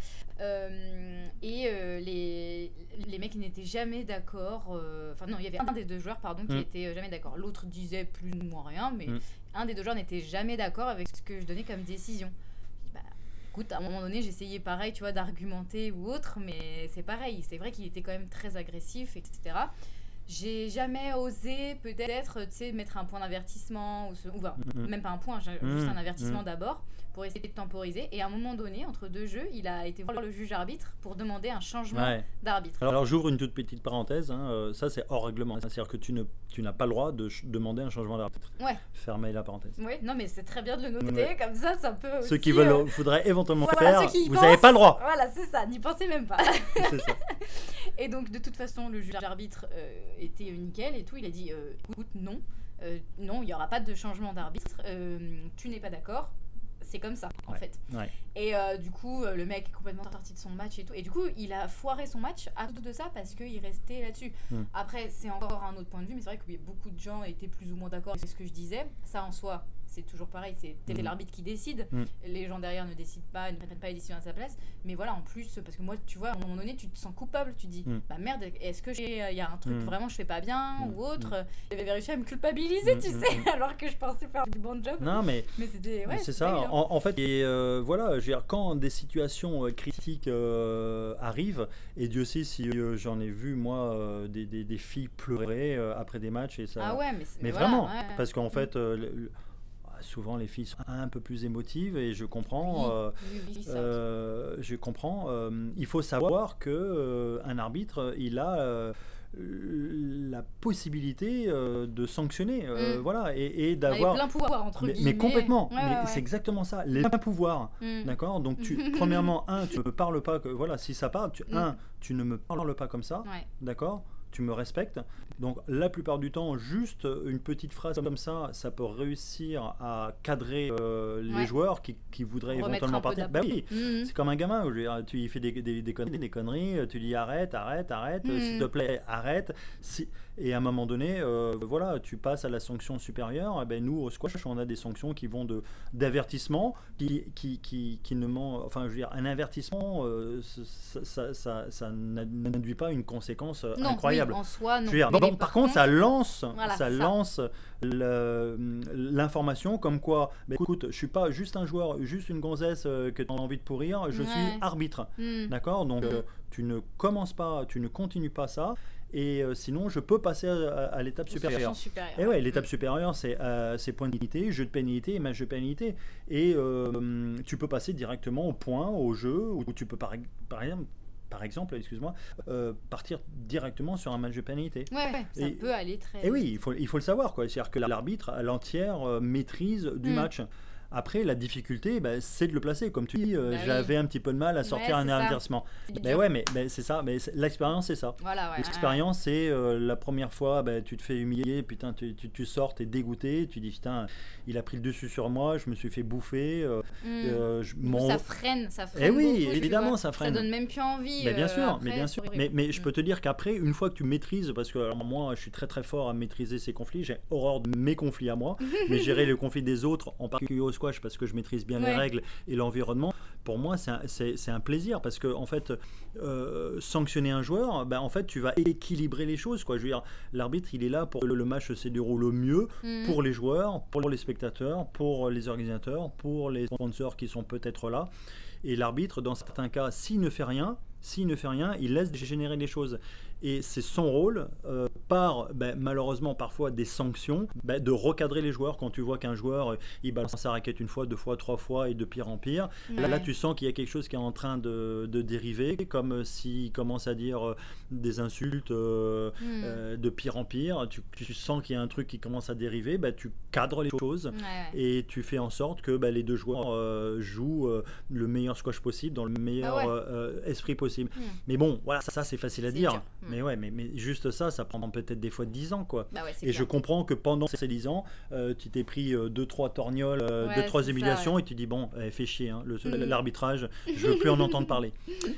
Les mecs, ils n'étaient jamais d'accord. Enfin non, il y avait un des deux joueurs, qui était jamais d'accord. L'autre disait plus ou moins rien, mais un des deux joueurs n'était jamais d'accord avec ce que je donnais comme décision. Écoute, à un moment donné, j'essayais pareil, tu vois, d'argumenter ou autre, mais c'est pareil. C'est vrai qu'il était quand même très agressif, etc. J'ai jamais osé peut-être, tu sais, mettre un point d'avertissement même pas un point, juste un avertissement d'abord pour essayer de temporiser. Et à un moment donné, entre deux jeux, il a été voir le juge arbitre pour demander un changement d'arbitre. Alors j'ouvre une toute petite parenthèse, ça c'est hors règlement, c'est-à-dire que tu n'as pas le droit de demander un changement d'arbitre. Fermez la parenthèse. Oui, non mais c'est très bien de le noter, comme ça peut aussi... Ceux qui voudraient éventuellement faire, vous n'avez pas le droit. Voilà, c'est ça, n'y pensez même pas. C'est ça. Et donc de toute façon, le juge arbitre était nickel et tout, il a dit écoute, non, il n'y aura pas de changement d'arbitre, tu n'es pas d'accord, c'est comme ça en fait. Et du coup le mec est complètement sorti de son match et tout, et du coup il a foiré son match à cause de ça parce qu'il restait là-dessus. Après c'est encore un autre point de vue, mais c'est vrai que beaucoup de gens étaient plus ou moins d'accord avec ce que je disais. Ça en soi c'est toujours pareil, c'est l'arbitre qui décide, les gens derrière ne décident pas, ne prennent pas les décisions à sa place, mais voilà, en plus, parce que moi, tu vois, à un moment donné, tu te sens coupable, tu te dis, bah merde, est-ce que il y a un truc vraiment je fais pas bien ou autre, il avait réussi à me culpabiliser, tu sais, alors que je pensais faire du bon job. Non, mais c'était, c'est ça, en fait, et voilà, je veux dire, quand des situations critiques arrivent, et Dieu sait si j'en ai vu, moi, des filles pleurer après des matchs, et ça... Ah ouais, mais voilà, vraiment, parce qu'en fait... souvent les filles sont un peu plus émotives et je comprends. Je comprends. Il faut savoir que un arbitre, il a la possibilité de sanctionner, voilà, et d'avoir plein pouvoir entre guillemets. Mais complètement. C'est exactement ça, les pleins pouvoirs. D'accord. Donc premièrement, tu ne me parles pas que voilà, si ça part, tu ne me parles pas comme ça, d'accord. Tu me respectes. Donc la plupart du temps, juste une petite phrase comme ça peut réussir à cadrer les joueurs qui voudraient éventuellement partir. Bah oui, c'est comme un gamin. Tu fais des conneries, tu dis arrête, s'il te plaît, arrête. Et à un moment donné, voilà, tu passes à la sanction supérieure. Et ben nous au squash, on a des sanctions qui vont d'avertissement, qui ne enfin, je veux dire, un avertissement, ça n'induit pas une conséquence incroyable. En soi, non. Donc, par contre, ça lance l'information comme quoi, écoute, je suis pas juste un joueur, juste une gonzesse que tu as envie de pourrir, je suis arbitre. D'accord. Donc, tu ne continues pas ça. Et sinon, je peux passer à l'étape supérieure. Et l'étape supérieure, c'est point de pénalité, jeu de pénalité et match de pénalité. Et tu peux passer directement au point, au jeu, ou tu peux par exemple, partir directement sur un match de pénalité. Ça peut aller très vite. Et oui, il faut le savoir, quoi. C'est-à-dire que l'arbitre a l'entière maîtrise du match. Après, la difficulté, c'est de le placer. Comme tu dis, j'avais un petit peu de mal à sortir un avertissement. Mais c'est ça. Mais l'expérience, c'est ça. Voilà, L'expérience, c'est la première fois, tu te fais humilier, putain, tu sors, t'es dégoûté, tu dis, putain, il a pris le dessus sur moi, je me suis fait bouffer. Ça freine. Oui, beaucoup, évidemment, ça freine. Ça donne même plus envie. Bien sûr. Mais je peux te dire qu'après, une fois que tu maîtrises, parce que alors, moi, je suis très très fort à maîtriser ces conflits, j'ai horreur de mes conflits à moi, mais gérer le conflit des autres, en particulier au squash, parce que je maîtrise bien les règles et l'environnement, pour moi, c'est un plaisir, parce que en fait, sanctionner un joueur, en fait, tu vas équilibrer les choses, quoi. Je veux dire, l'arbitre, il est là pour que le match se déroule au mieux pour les joueurs, pour les spectateurs, pour les organisateurs, pour les sponsors qui sont peut-être là. Et l'arbitre, dans certains cas, s'il ne fait rien, il laisse dégénérer les choses. Et c'est son rôle, par malheureusement parfois des sanctions, de recadrer les joueurs. Quand tu vois qu'un joueur il balance sa raquette une fois, deux fois, trois fois et de pire en pire, là tu sens qu'il y a quelque chose qui est en train de dériver, comme s'il commence à dire des insultes de pire en pire. Tu sens qu'il y a un truc qui commence à dériver, tu cadres les choses et tu fais en sorte que les deux joueurs jouent le meilleur squash possible, dans le meilleur esprit possible. Mais bon, voilà, ça c'est facile à dire. Mais juste ça prend peut-être des fois 10 ans, quoi. Et clair. Je comprends que pendant ces 10 ans, tu t'es pris 2-3 torgnoles, 2-3 humiliations, et tu dis bon, fais chier, hein, l'arbitrage, je veux plus en entendre parler.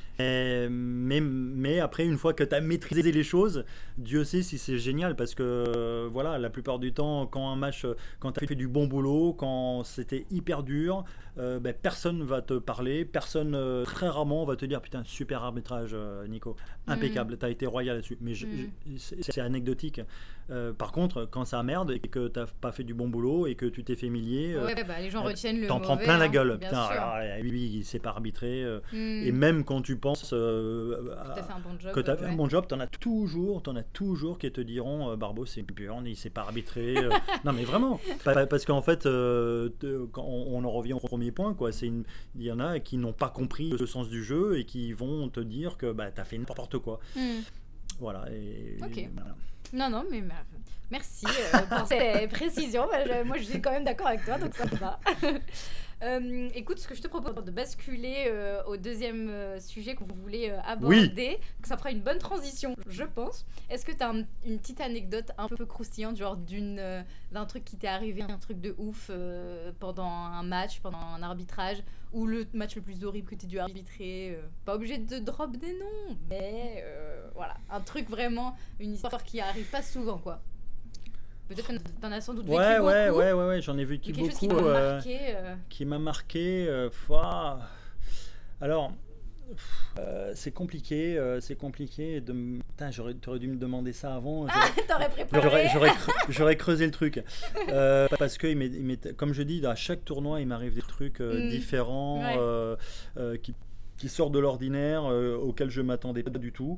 Mais après, une fois que tu as maîtrisé les choses, Dieu sait si c'est génial, parce que voilà, la plupart du temps, quand un match, quand tu as fait du bon boulot, quand c'était hyper dur, personne va te parler, personne très rarement va te dire putain, super arbitrage, Nico, impeccable, t'as été royal là-dessus. Mais c'est anecdotique. Par contre, quand ça merde et que t'as pas fait du bon boulot et que tu t'es fait humilier, les gens retiennent le t'en mauvais, prends plein la gueule. Bien putain, sûr. Alors, lui, il s'est pas arbitré. Et même quand tu penses que t'as fait un bon job, t'en as toujours qui te diront Barbeau, c'est pur, il s'est pas arbitré. Non, mais vraiment. Parce qu'en fait, quand on en revient au premier point, quoi. Il y en a qui n'ont pas compris le sens du jeu et qui vont te dire que t'as fait n'importe quoi. Voilà. Ok. Voilà. Non, mais merci pour ces précisions. Moi, je suis quand même d'accord avec toi, donc ça va. Écoute, ce que je te propose de basculer au deuxième sujet qu'on voulait aborder, que ça fera une bonne transition, je pense. Est-ce que tu as une petite anecdote un peu croustillante, genre d'un truc qui t'est arrivé, un truc de ouf pendant un match, pendant un arbitrage, ou le match le plus horrible que tu as dû arbitrer pas obligé de drop des noms, mais voilà, un truc vraiment, une histoire qui arrive pas souvent, quoi. Peut-être que t'en as sans doute vécu beaucoup. Ouais, j'en ai vécu beaucoup. Qui m'a marqué. Alors, c'est compliqué. Putain, t'aurais dû me demander ça avant. T'aurais préparé. J'aurais creusé le truc. Parce que, comme je dis, à chaque tournoi, il m'arrive des trucs différents qui sortent de l'ordinaire, auxquels je ne m'attendais pas du tout.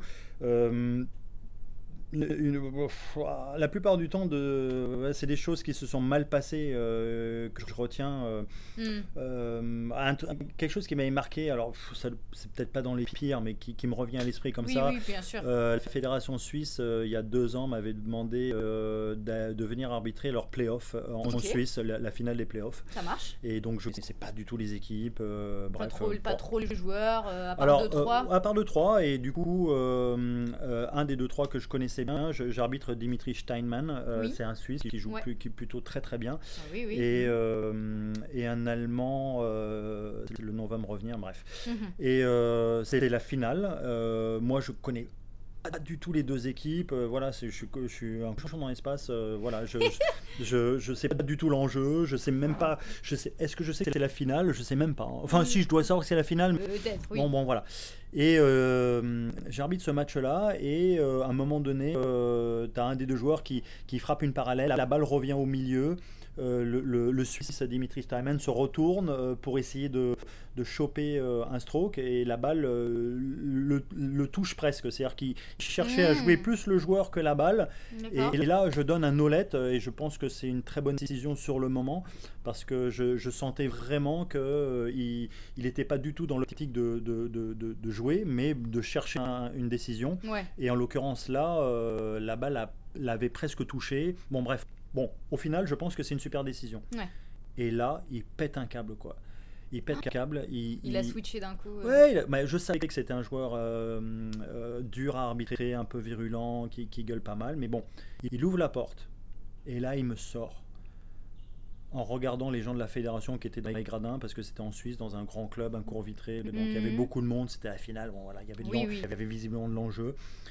La plupart du temps, c'est des choses qui se sont mal passées que je retiens. Quelque chose qui m'avait marqué, alors c'est peut-être pas dans les pires, mais qui me revient à l'esprit comme ça. Oui, bien sûr. La Fédération suisse, il y a 2 ans, m'avait demandé de venir arbitrer leur play-off en Suisse, la finale des play-offs. Ça marche. Et donc je ne connaissais pas du tout les équipes. Pas trop les joueurs, à part 2-3. À part 2-3, et du coup, un des 2-3 que je connaissais bien, j'arbitre Dimitri Steinmann, c'est un Suisse qui joue qui plutôt très très bien, et un Allemand, le nom va me revenir, bref. Et c'était la finale. Moi je connais pas du tout les deux équipes, voilà, je suis un cochon dans l'espace, voilà, je sais pas du tout l'enjeu, je sais même pas, est-ce que je sais que c'est la finale, je sais même pas, enfin si je dois savoir que c'est la finale, peut-être, oui. bon voilà. Et j'arbitre ce match-là, et à un moment donné, tu as un des deux joueurs qui frappe une parallèle, la balle revient au milieu, le Suisse Dimitri Steinmann se retourne pour essayer de choper un stroke, et la balle le touche presque, c'est-à-dire qu'il cherchait à jouer plus le joueur que la balle. Et là je donne un no-let, et je pense que c'est une très bonne décision sur le moment, parce que je sentais vraiment qu'il n'était pas du tout dans l'optique de jouer, mais de chercher une décision. Et en l'occurrence là, la balle l'avait presque touché. Bon bref, au final je pense que c'est une super décision. Et là, il pète un câble, quoi. Il pète un câble. Il a switché d'un coup. Ouais, mais je savais que c'était un joueur dur à arbitrer, un peu virulent, qui gueule pas mal. Mais bon, il ouvre la porte. Et là, il me sort. En regardant les gens de la fédération qui étaient dans les gradins, parce que c'était en Suisse, dans un grand club, un court vitré. Donc il y avait beaucoup de monde, c'était la finale. Bon, voilà, il y avait visiblement de l'enjeu.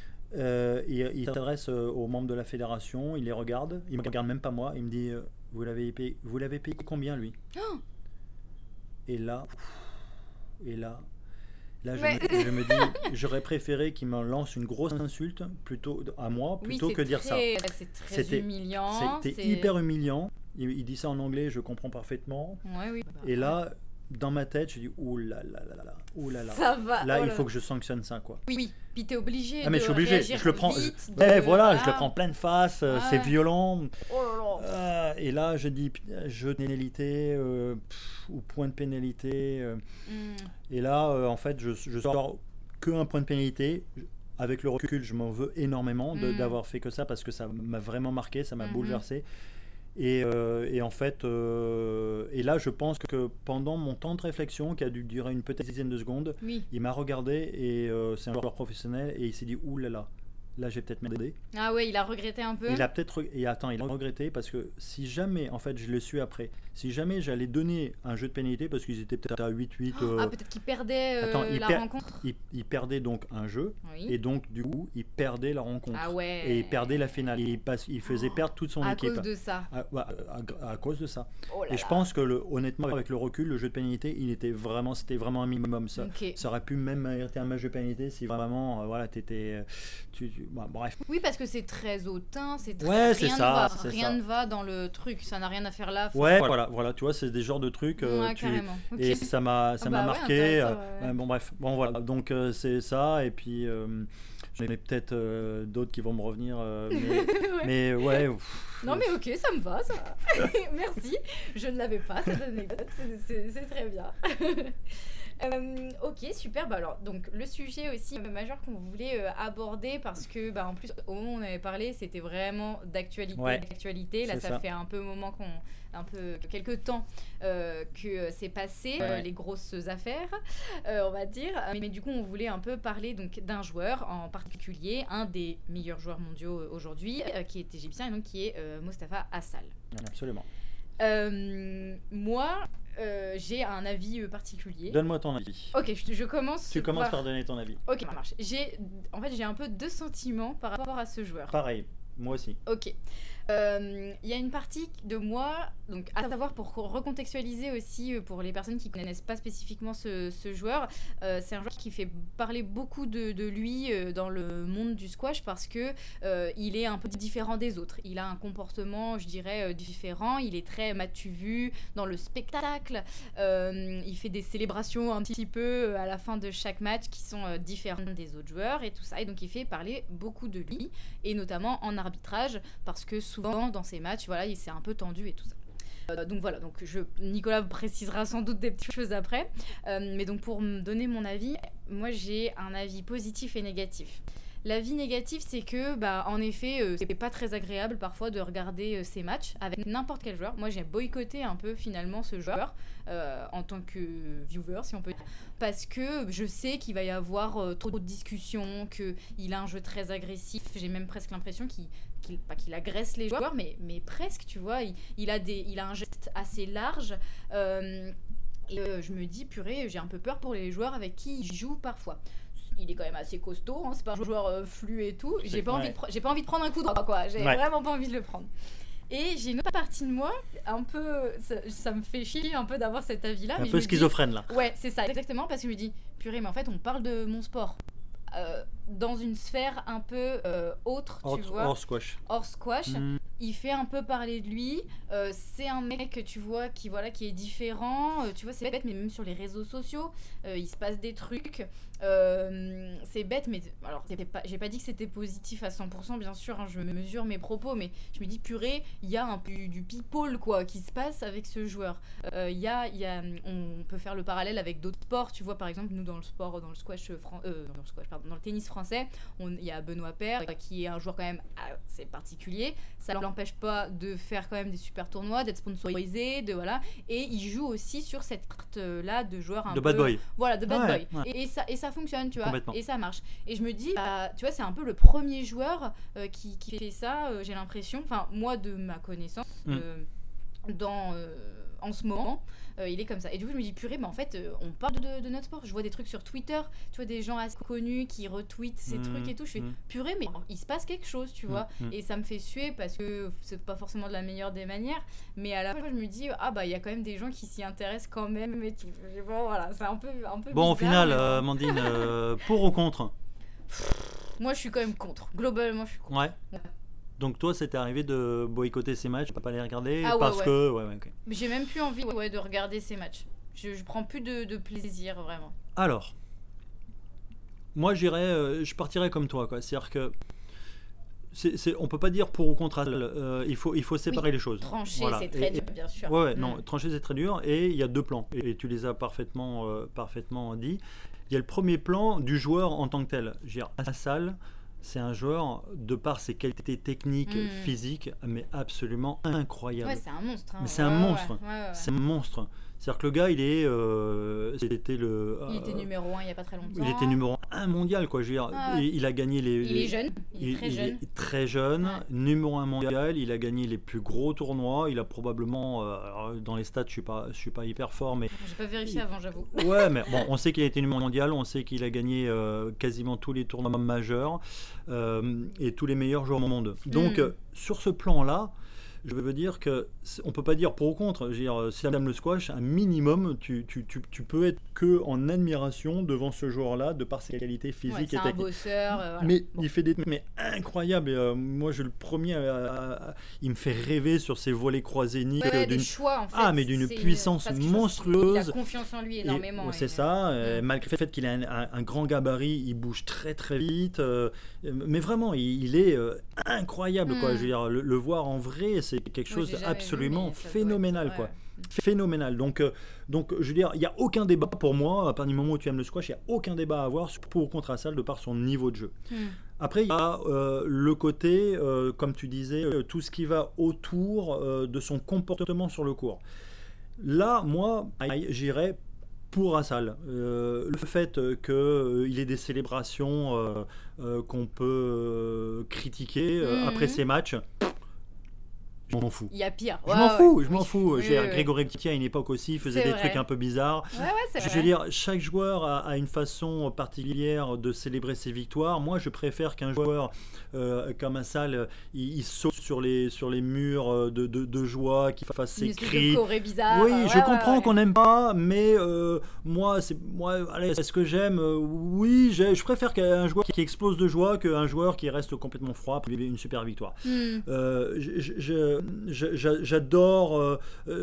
Il s'adresse aux membres de la fédération, il les regarde, il me regarde même pas moi, il me dit vous l'avez payé combien lui? Et là, je me dis, j'aurais préféré qu'il me lance une grosse insulte plutôt à moi, plutôt que dire ça. C'était humiliant. C'était hyper humiliant. Il dit ça en anglais, je comprends parfaitement. Et là, dans ma tête, je dis ouh là là là là, ouh là là. Ça va. Là, il faut que je sanctionne ça, quoi. Oui. Puis t'es obligé. Ah mais je suis obligé. Je le prends. Vite, je le prends plein de face. C'est violent. Oh là là. Et là, je dis jeu de pénalité ou point de pénalité. Et là, en fait, je sors que un point de pénalité. Avec le recul, je m'en veux énormément d'avoir fait que ça parce que ça m'a vraiment marqué, ça m'a bouleversé. Et en fait, et là, je pense que pendant mon temps de réflexion, qui a dû durer une petite dizaine de secondes, il m'a regardé et c'est un joueur professionnel et il s'est dit ouh là là, là j'ai peut-être m'aider. Ah ouais, il a regretté un peu. Il a regretté parce que si jamais, en fait, je l'ai su après, si jamais j'allais donner un jeu de pénalité parce qu'ils étaient peut-être à 8-8. Peut-être qu'il perdait rencontre. Il perdait donc un jeu et donc du coup il perdait la rencontre. Ah ouais. Et il perdait la finale. Il faisait perdre toute son équipe. À cause de ça. À cause de ça. Oh là et je pense que honnêtement avec le recul, le jeu de pénalité, c'était vraiment un minimum ça. Ça aurait pu même être un match de pénalité si vraiment bref. Oui, parce que c'est très hautain, rien ne va dans le truc, ça n'a rien à faire là. Ouais, voilà, tu vois, c'est des genres de trucs. Et ça m'a marqué. Bon, bref, voilà. Donc c'est ça, et puis j'en ai peut-être d'autres qui vont me revenir, mais ouais. Non, mais ok, ça me va, ça. Merci. Je ne l'avais pas cette anecdote, c'est très bien. Ok, super. Alors, donc le sujet aussi majeur qu'on voulait aborder, parce que en plus au moment où on avait parlé, c'était vraiment d'actualité. Là, ça fait un peu quelques temps que c'est passé, les grosses affaires, on va dire. Mais du coup, on voulait un peu parler donc d'un joueur en particulier, un des meilleurs joueurs mondiaux aujourd'hui, qui est égyptien et donc qui est Mostafa Hassal. Absolument. Moi, j'ai un avis particulier. Donne-moi ton avis. Ok, je commence. Tu commences par donner ton avis. Ok, ça marche. J'ai un peu deux sentiments par rapport à ce joueur. Pareil, moi aussi. Ok. Il y a une partie de moi, donc à savoir pour recontextualiser aussi pour les personnes qui connaissent pas spécifiquement ce joueur, c'est un joueur qui fait parler beaucoup de lui dans le monde du squash parce que il est un peu différent des autres. Il a un comportement, je dirais, différent. Il est très m'as-tu vu dans le spectacle. Il fait des célébrations un petit peu à la fin de chaque match qui sont différentes des autres joueurs et tout ça. Et donc il fait parler beaucoup de lui et notamment en arbitrage parce que souvent dans ces matchs, voilà, c'est un peu tendu et tout ça. Donc voilà, Nicolas précisera sans doute des petites choses après. Mais donc pour me donner mon avis, moi j'ai un avis positif et négatif. L'avis négatif, c'est que, en effet, c'est pas très agréable parfois de regarder ces matchs avec n'importe quel joueur. Moi, j'ai boycotté un peu finalement ce joueur en tant que viewer, si on peut dire, parce que je sais qu'il va y avoir trop de discussions, qu'il a un jeu très agressif. J'ai même presque l'impression pas qu'il agresse les joueurs, mais presque, tu vois. Il a un geste assez large. Et je me dis, purée, j'ai un peu peur pour les joueurs avec qui il joue parfois. Il est quand même assez costaud, hein, c'est pas un joueur flou et tout. J'ai pas envie de prendre un coup droit, quoi. J'ai vraiment pas envie de le prendre. Et j'ai une autre partie de moi, un peu, ça me fait chier un peu d'avoir cet avis-là. Un peu schizophrène, là. Ouais, c'est ça, exactement, parce que je me dis, purée, mais en fait, on parle de mon sport. Dans une sphère un peu autre, tu vois. Hors squash. Il fait un peu parler de lui. C'est un mec, tu vois, qui est différent. Tu vois, c'est bête, mais même sur les réseaux sociaux, il se passe des trucs. C'est bête, mais alors, j'ai pas dit que c'était positif à 100%, bien sûr, hein, je mesure mes propos, mais je me dis, purée, il y a un peu du people, quoi, qui se passe avec ce joueur. On peut faire le parallèle avec d'autres sports, tu vois, par exemple, nous, dans le tennis français, il y a Benoît Paire, qui est un joueur quand même assez particulier. Ça l'empêche pas de faire quand même des super tournois, d'être sponsorisé, voilà. Et il joue aussi sur cette carte-là de joueurs un peu... bad boy. Voilà, de bad boy. Ouais. Et ça fonctionne, tu vois, et ça marche. Et je me dis, tu vois, c'est un peu le premier joueur qui fait ça, j'ai l'impression, enfin, moi, de ma connaissance, en ce moment, il est comme ça. Et du coup, je me dis, purée, mais en fait, on parle de notre sport. Je vois des trucs sur Twitter, tu vois, des gens assez connus qui retweetent ces trucs et tout. Je fais, purée, mais il se passe quelque chose, tu vois. Et ça me fait suer parce que c'est pas forcément de la meilleure des manières. Mais à la fois, je me dis, il y a quand même des gens qui s'y intéressent quand même et tout. Bon, voilà, c'est un peu bon, bizarre, au final, Amandine, pour ou contre? Moi, je suis quand même contre. Globalement, je suis contre. Ouais. Donc toi, c'était arrivé de boycotter ces matchs, pas les regarder parce ouais. que... Ouais, okay. Mais j'ai même plus envie de regarder ces matchs. Je prends plus de plaisir, vraiment. Alors, moi, je partirais comme toi, quoi. C'est-à-dire que on peut pas dire pour ou contre. Il faut séparer les choses. Trancher, c'est très dur, bien sûr. Non, trancher, c'est très dur. Et il y a deux plans. Et tu les as parfaitement dit. Il y a le premier plan du joueur en tant que tel. Je veux dire, Assal, c'est un joueur, de par ses qualités techniques, physiques, mais absolument incroyable. Ouais, c'est un monstre. Hein. Mais c'est un monstre. Ouais. C'est un monstre. C'est-à-dire que le gars, il était numéro 1 il n'y a pas très longtemps. Il était numéro 1 mondial, quoi. Je veux dire, il a gagné il est jeune. Il est très jeune. Numéro 1 mondial. Il a gagné les plus gros tournois. Il a probablement, dans les stats, je suis pas hyper fort, mais... J'ai pas vérifié avant, j'avoue. Ouais, mais bon, on sait qu'il a été numéro 1 mondial. On sait qu'il a gagné quasiment tous les tournois majeurs et tous les meilleurs joueurs au monde. Donc, sur ce plan-là, je veux dire que on peut pas dire pour ou contre. Je veux dire, si t'aimes le squash, un minimum, tu peux être que en admiration devant ce joueur-là, de par ses qualités physiques et techniques. C'est un bosseur. Voilà. Mais il fait des trucs incroyables. Et, moi, le premier, il me fait rêver sur ses volets croisés des choix, en fait. Mais d'une puissance monstrueuse. Il a confiance en lui énormément. C'est ça. Malgré le fait qu'il a un grand gabarit, il bouge très très vite. Mais vraiment, il est incroyable, quoi. Je veux dire, le voir en vrai, c'est quelque chose d'absolument phénoménal, quoi. Phénoménal. Donc, je veux dire, il n'y a aucun débat pour moi, à partir du moment où tu aimes le squash, il n'y a aucun débat à avoir pour ou contre Assal de par son niveau de jeu. Après, il y a le côté, comme tu disais, tout ce qui va autour de son comportement sur le court. Là, moi, j'irais pour Assal. Le fait qu'il ait des célébrations qu'on peut critiquer après ces matchs, je m'en fous. Il y a pire. Je m'en fous. Grégory Kitiya, à une époque aussi, faisait des trucs un peu bizarres. Je veux dire, chaque joueur a une façon particulière de célébrer ses victoires. Moi, je préfère qu'un joueur comme Assal, il saute sur les murs de joie, qu'il fasse ses cris. Une choré bizarre. Oui, je comprends qu'on n'aime pas, mais est-ce que j'aime Oui, je préfère qu'un joueur qui explose de joie qu'un joueur qui reste complètement froid pour une super victoire. J'adore,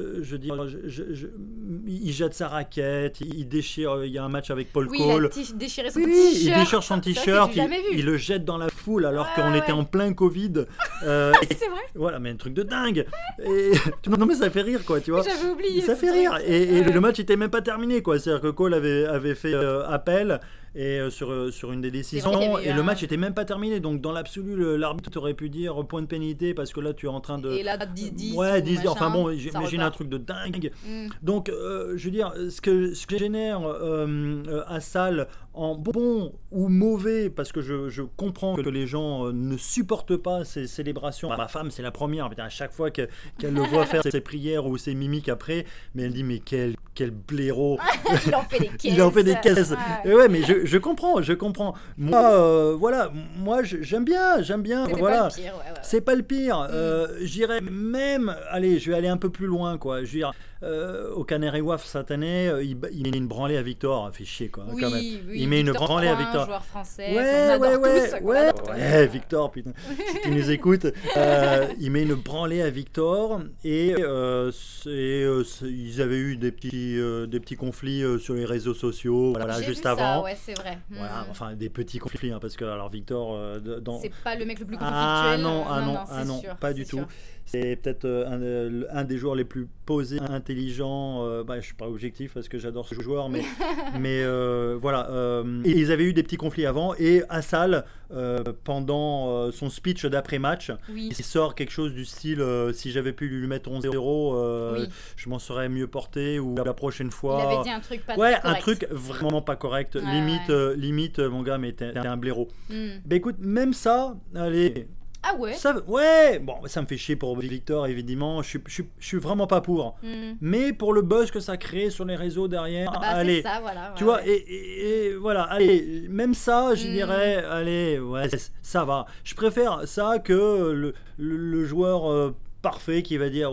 il jette sa raquette, il déchire. Il y a un match avec Paul Cole. Il déchire son t-shirt. Il déchire son t-shirt, il le jette dans la foule alors qu'on était en plein Covid. C'est vrai. Voilà, mais un truc de dingue. Non, mais ça fait rire, quoi, tu vois. J'avais oublié. Ça fait rire. Et le match était même pas terminé, quoi. C'est-à-dire que Cole avait fait appel. Et sur une des décisions, et le match était même pas terminé, donc dans l'absolu l'arbitre aurait pu dire point de pénalité parce que là tu es en train de... Et là 10-10 10, enfin bon, j'imagine un truc de dingue. Donc je veux dire, ce que génère Assal en bon ou mauvais, parce que je comprends que les gens ne supportent pas ces célébrations. Ma femme, c'est la première, à chaque fois qu'elle le voit faire ses prières ou ses mimiques après, mais elle dit mais quel blaireau. Il en fait des caisses. Il en fait des caisses. Et ouais, mais je comprends. Moi, j'aime bien. Voilà. C'est pas le pire. J'irais même, je vais aller un peu plus loin, quoi. Je veux dire, au Canary Wharf cette année, il met une branlée à Victor. Fait chier, quoi. Oui, quand même. Il met une branlée à Victor. Un joueur français. Ouais, Victor, putain. Si tu nous écoutes, il met une branlée à Victor et ils avaient eu des petits conflits sur les réseaux sociaux, juste avant. Ça, ouais, c'est vrai. Voilà, enfin des petits conflits, parce que alors Victor, c'est pas le mec le plus conflictuel. Non, pas du tout. c'est peut-être un des joueurs les plus posés, intelligents. Je suis pas objectif parce que j'adore ce joueur, mais voilà. Et ils avaient eu des petits conflits avant, et Assal, pendant son speech d'après-match, il sort quelque chose du style si j'avais pu lui mettre 11-0, je m'en serais mieux porté, ou la prochaine fois. Il avait dit un truc pas correct. Un truc vraiment pas correct. Limite, mon gars, mais t'es un blaireau. Bah écoute, même ça, allez. Ah ouais. Bon, ça me fait chier pour Victor, évidemment. Je suis vraiment pas pour. Mais pour le buzz que ça crée sur les réseaux derrière, allez. C'est ça, voilà. Tu vois, et voilà, allez, même ça, je dirais, allez, ça va. Je préfère ça que le joueur parfait qui va dire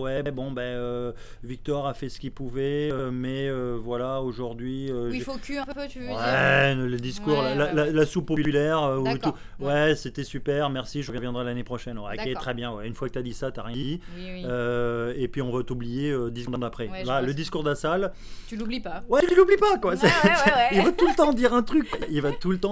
Victor a fait ce qu'il pouvait, mais voilà, aujourd'hui il faut cul un peu, tu veux dire. Le discours, la soupe populaire, c'était super, merci, je reviendrai l'année prochaine. Ok, très bien, une fois que t'as dit ça, t'as rien dit. Et puis on va t'oublier 10 secondes après. Le discours d'Assal, tu l'oublies pas. Tu l'oublies pas, quoi. Il va tout le temps dire un truc, il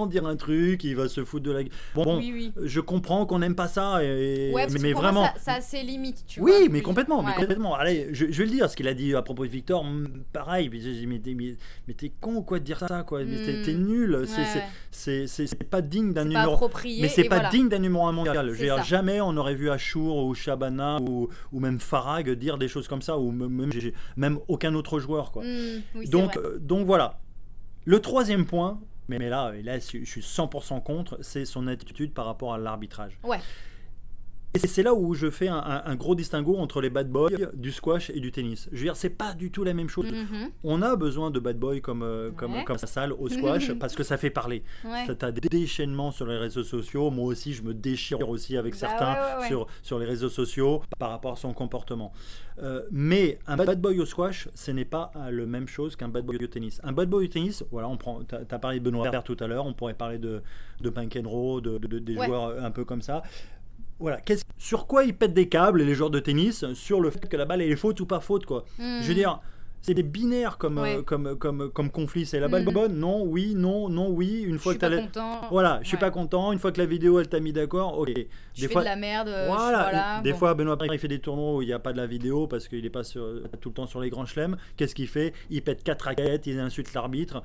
va se foutre de la gueule. Je comprends qu'on n'aime pas ça, mais vraiment ça a ses limites. Oui, mais complètement. Allez, je vais le dire, ce qu'il a dit à propos de Victor, pareil. Mais t'es con ou quoi de dire ça, quoi. Mais t'es nul. C'est pas digne d'un numéro. Approprié, mais c'est pas digne d'un numéro 1 mondial. Jamais on aurait vu Achour ou Shabana ou même Farag dire des choses comme ça, ou même aucun autre joueur, quoi. Donc voilà. Le troisième point, mais là, je suis 100% contre, c'est son attitude par rapport à l'arbitrage. Et c'est là où je fais un gros distinguo entre les bad boys du squash et du tennis. Je veux dire, c'est pas du tout la même chose. On a besoin de bad boys comme Assal au squash parce que ça fait parler. T'as des déchaînements sur les réseaux sociaux. Moi aussi, je me déchire aussi avec certains sur les réseaux sociaux par rapport à son comportement. Mais un bad boy au squash, ce n'est pas la même chose qu'un bad boy au tennis. Un bad boy au tennis, voilà, t'as parlé de Benoît Paire tout à l'heure, on pourrait parler de McEnroe, des joueurs un peu comme ça. Voilà, sur quoi ils pètent des câbles, les joueurs de tennis, sur le fait que la balle elle est faute ou pas faute, quoi. Je veux dire, c'est des binaires comme conflit. C'est la balle bonne, non, oui, non, non, oui. Une fois que t'as je suis pas content. Une fois que la vidéo elle t'a mis d'accord, ok. Je fais de la merde. Des fois, Benoît Paire il fait des tournois où il n'y a pas de la vidéo parce qu'il est pas tout le temps sur les grands chelems. Qu'est-ce qu'il fait? Il pète 4 raquettes, il insulte l'arbitre.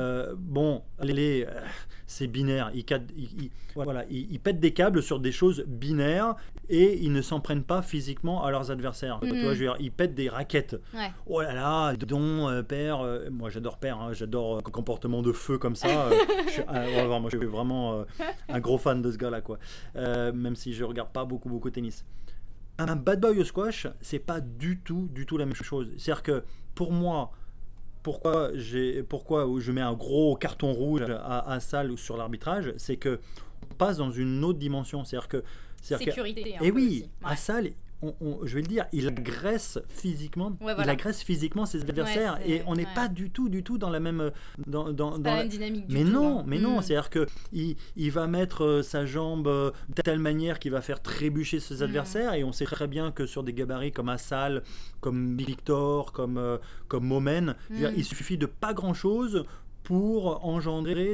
C'est binaire. Ils pètent des câbles sur des choses binaires et ils ne s'en prennent pas physiquement à leurs adversaires. Tu vois, je veux dire, ils pètent des raquettes. Oh là là, Paire. Moi, j'adore Paire. J'adore le comportement de feu comme ça. Moi, je suis vraiment un gros fan de ce gars-là, quoi. Même si je regarde pas beaucoup de tennis. Un bad boy au squash, c'est pas du tout la même chose. C'est-à-dire que pour moi, pourquoi je mets un gros carton rouge à Assal sur l'arbitrage, c'est que on passe dans une autre dimension. Sécurité. Et oui, Assal, je vais le dire, il agresse physiquement, ses adversaires, et on n'est pas du tout dans la même dans la même dynamique du tout. Mais non, c'est-à-dire que il va mettre sa jambe de telle manière qu'il va faire trébucher ses adversaires, et on sait très bien que sur des gabarits comme Assal, comme Victor, comme Momen, il suffit de pas grand-chose pour engendrer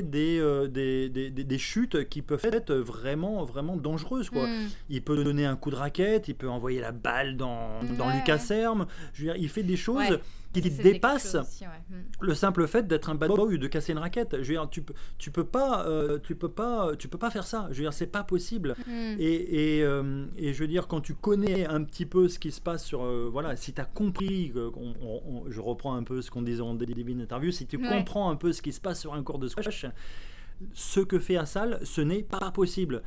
des chutes qui peuvent être vraiment, vraiment dangereuses, quoi. Il peut donner un coup de raquette, il peut envoyer la balle dans Lucas Serme. Je veux dire, il fait des choses qui dépassent le simple fait d'être un bad boy ou de casser une raquette. Je veux dire, tu peux pas faire ça. Je veux dire, c'est pas possible. Et je veux dire, quand tu connais un petit peu ce qui se passe si tu as compris, je reprends un peu ce qu'on disait en début d'interview, si tu comprends un peu ce qui se passe sur un court de squash, ce que fait Assal, ce n'est pas possible.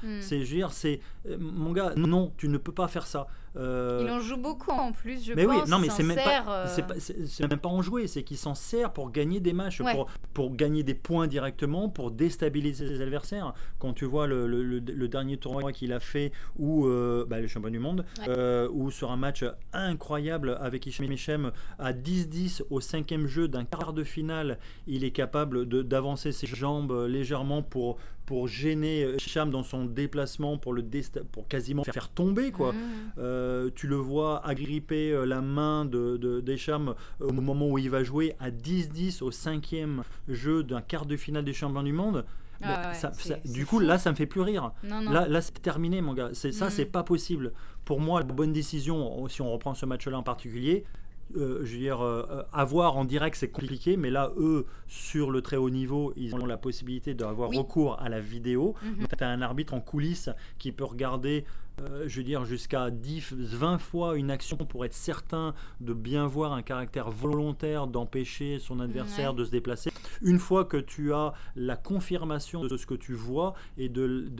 Mon gars, non, tu ne peux pas faire ça. Il en joue beaucoup en plus, je pense. Mais oui, non, mais c'est même pas en jouer, c'est qu'il s'en sert pour gagner des matchs, pour gagner des points directement, pour déstabiliser ses adversaires. Quand tu vois le dernier tournoi qu'il a fait, où le champion du monde, où sur un match incroyable avec Hichem à 10-10 au 5e jeu d'un quart de finale, il est capable d'avancer ses jambes légèrement pour gêner Hicham dans son déplacement, pour quasiment faire tomber, quoi. Tu le vois agripper la main d'Hicham au moment où il va jouer à 10-10 au 5e jeu d'un quart de finale des champions du monde. Du coup, là, ça me fait plus rire. Non. Là, c'est terminé, mon gars. C'est pas possible. Pour moi, la bonne décision, si on reprend ce match-là en particulier, je veux dire, avoir en direct, c'est compliqué, mais là, eux, sur le très haut niveau, ils ont la possibilité d'avoir recours à la vidéo. Tu as un arbitre en coulisses qui peut regarder, je veux dire, jusqu'à 20 fois une action pour être certain de bien voir un caractère volontaire d'empêcher son adversaire de se déplacer. Une fois que tu as la confirmation de ce que tu vois et de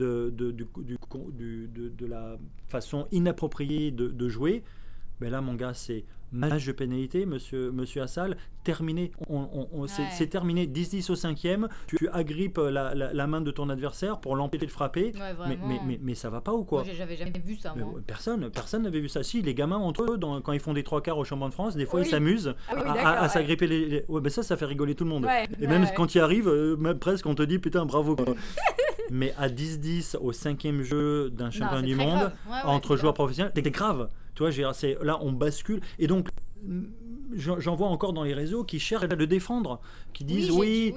la façon inappropriée de jouer, ben là, mon gars, c'est match de pénalité, monsieur Assal, terminé. C'est terminé. 10-10 au 5e, tu agrippes la main de ton adversaire pour l'empêcher de frapper. Mais ça va pas ou quoi? Moi, j'avais jamais vu ça. Personne n'avait vu ça. Si, les gamins entre eux, quand ils font des 3/4 au championnat de France, des fois ils s'amusent à s'agripper les... Ouais, ben ça fait rigoler tout le monde. Et même quand il arrive, même presque on te dit putain, bravo quoi. Mais à 10-10 au 5e jeu d'un championnat du monde, entre joueurs professionnels, c'est grave. Tu vois, là on bascule. Et donc, j'en vois encore dans les réseaux qui cherchent à le défendre, qui disent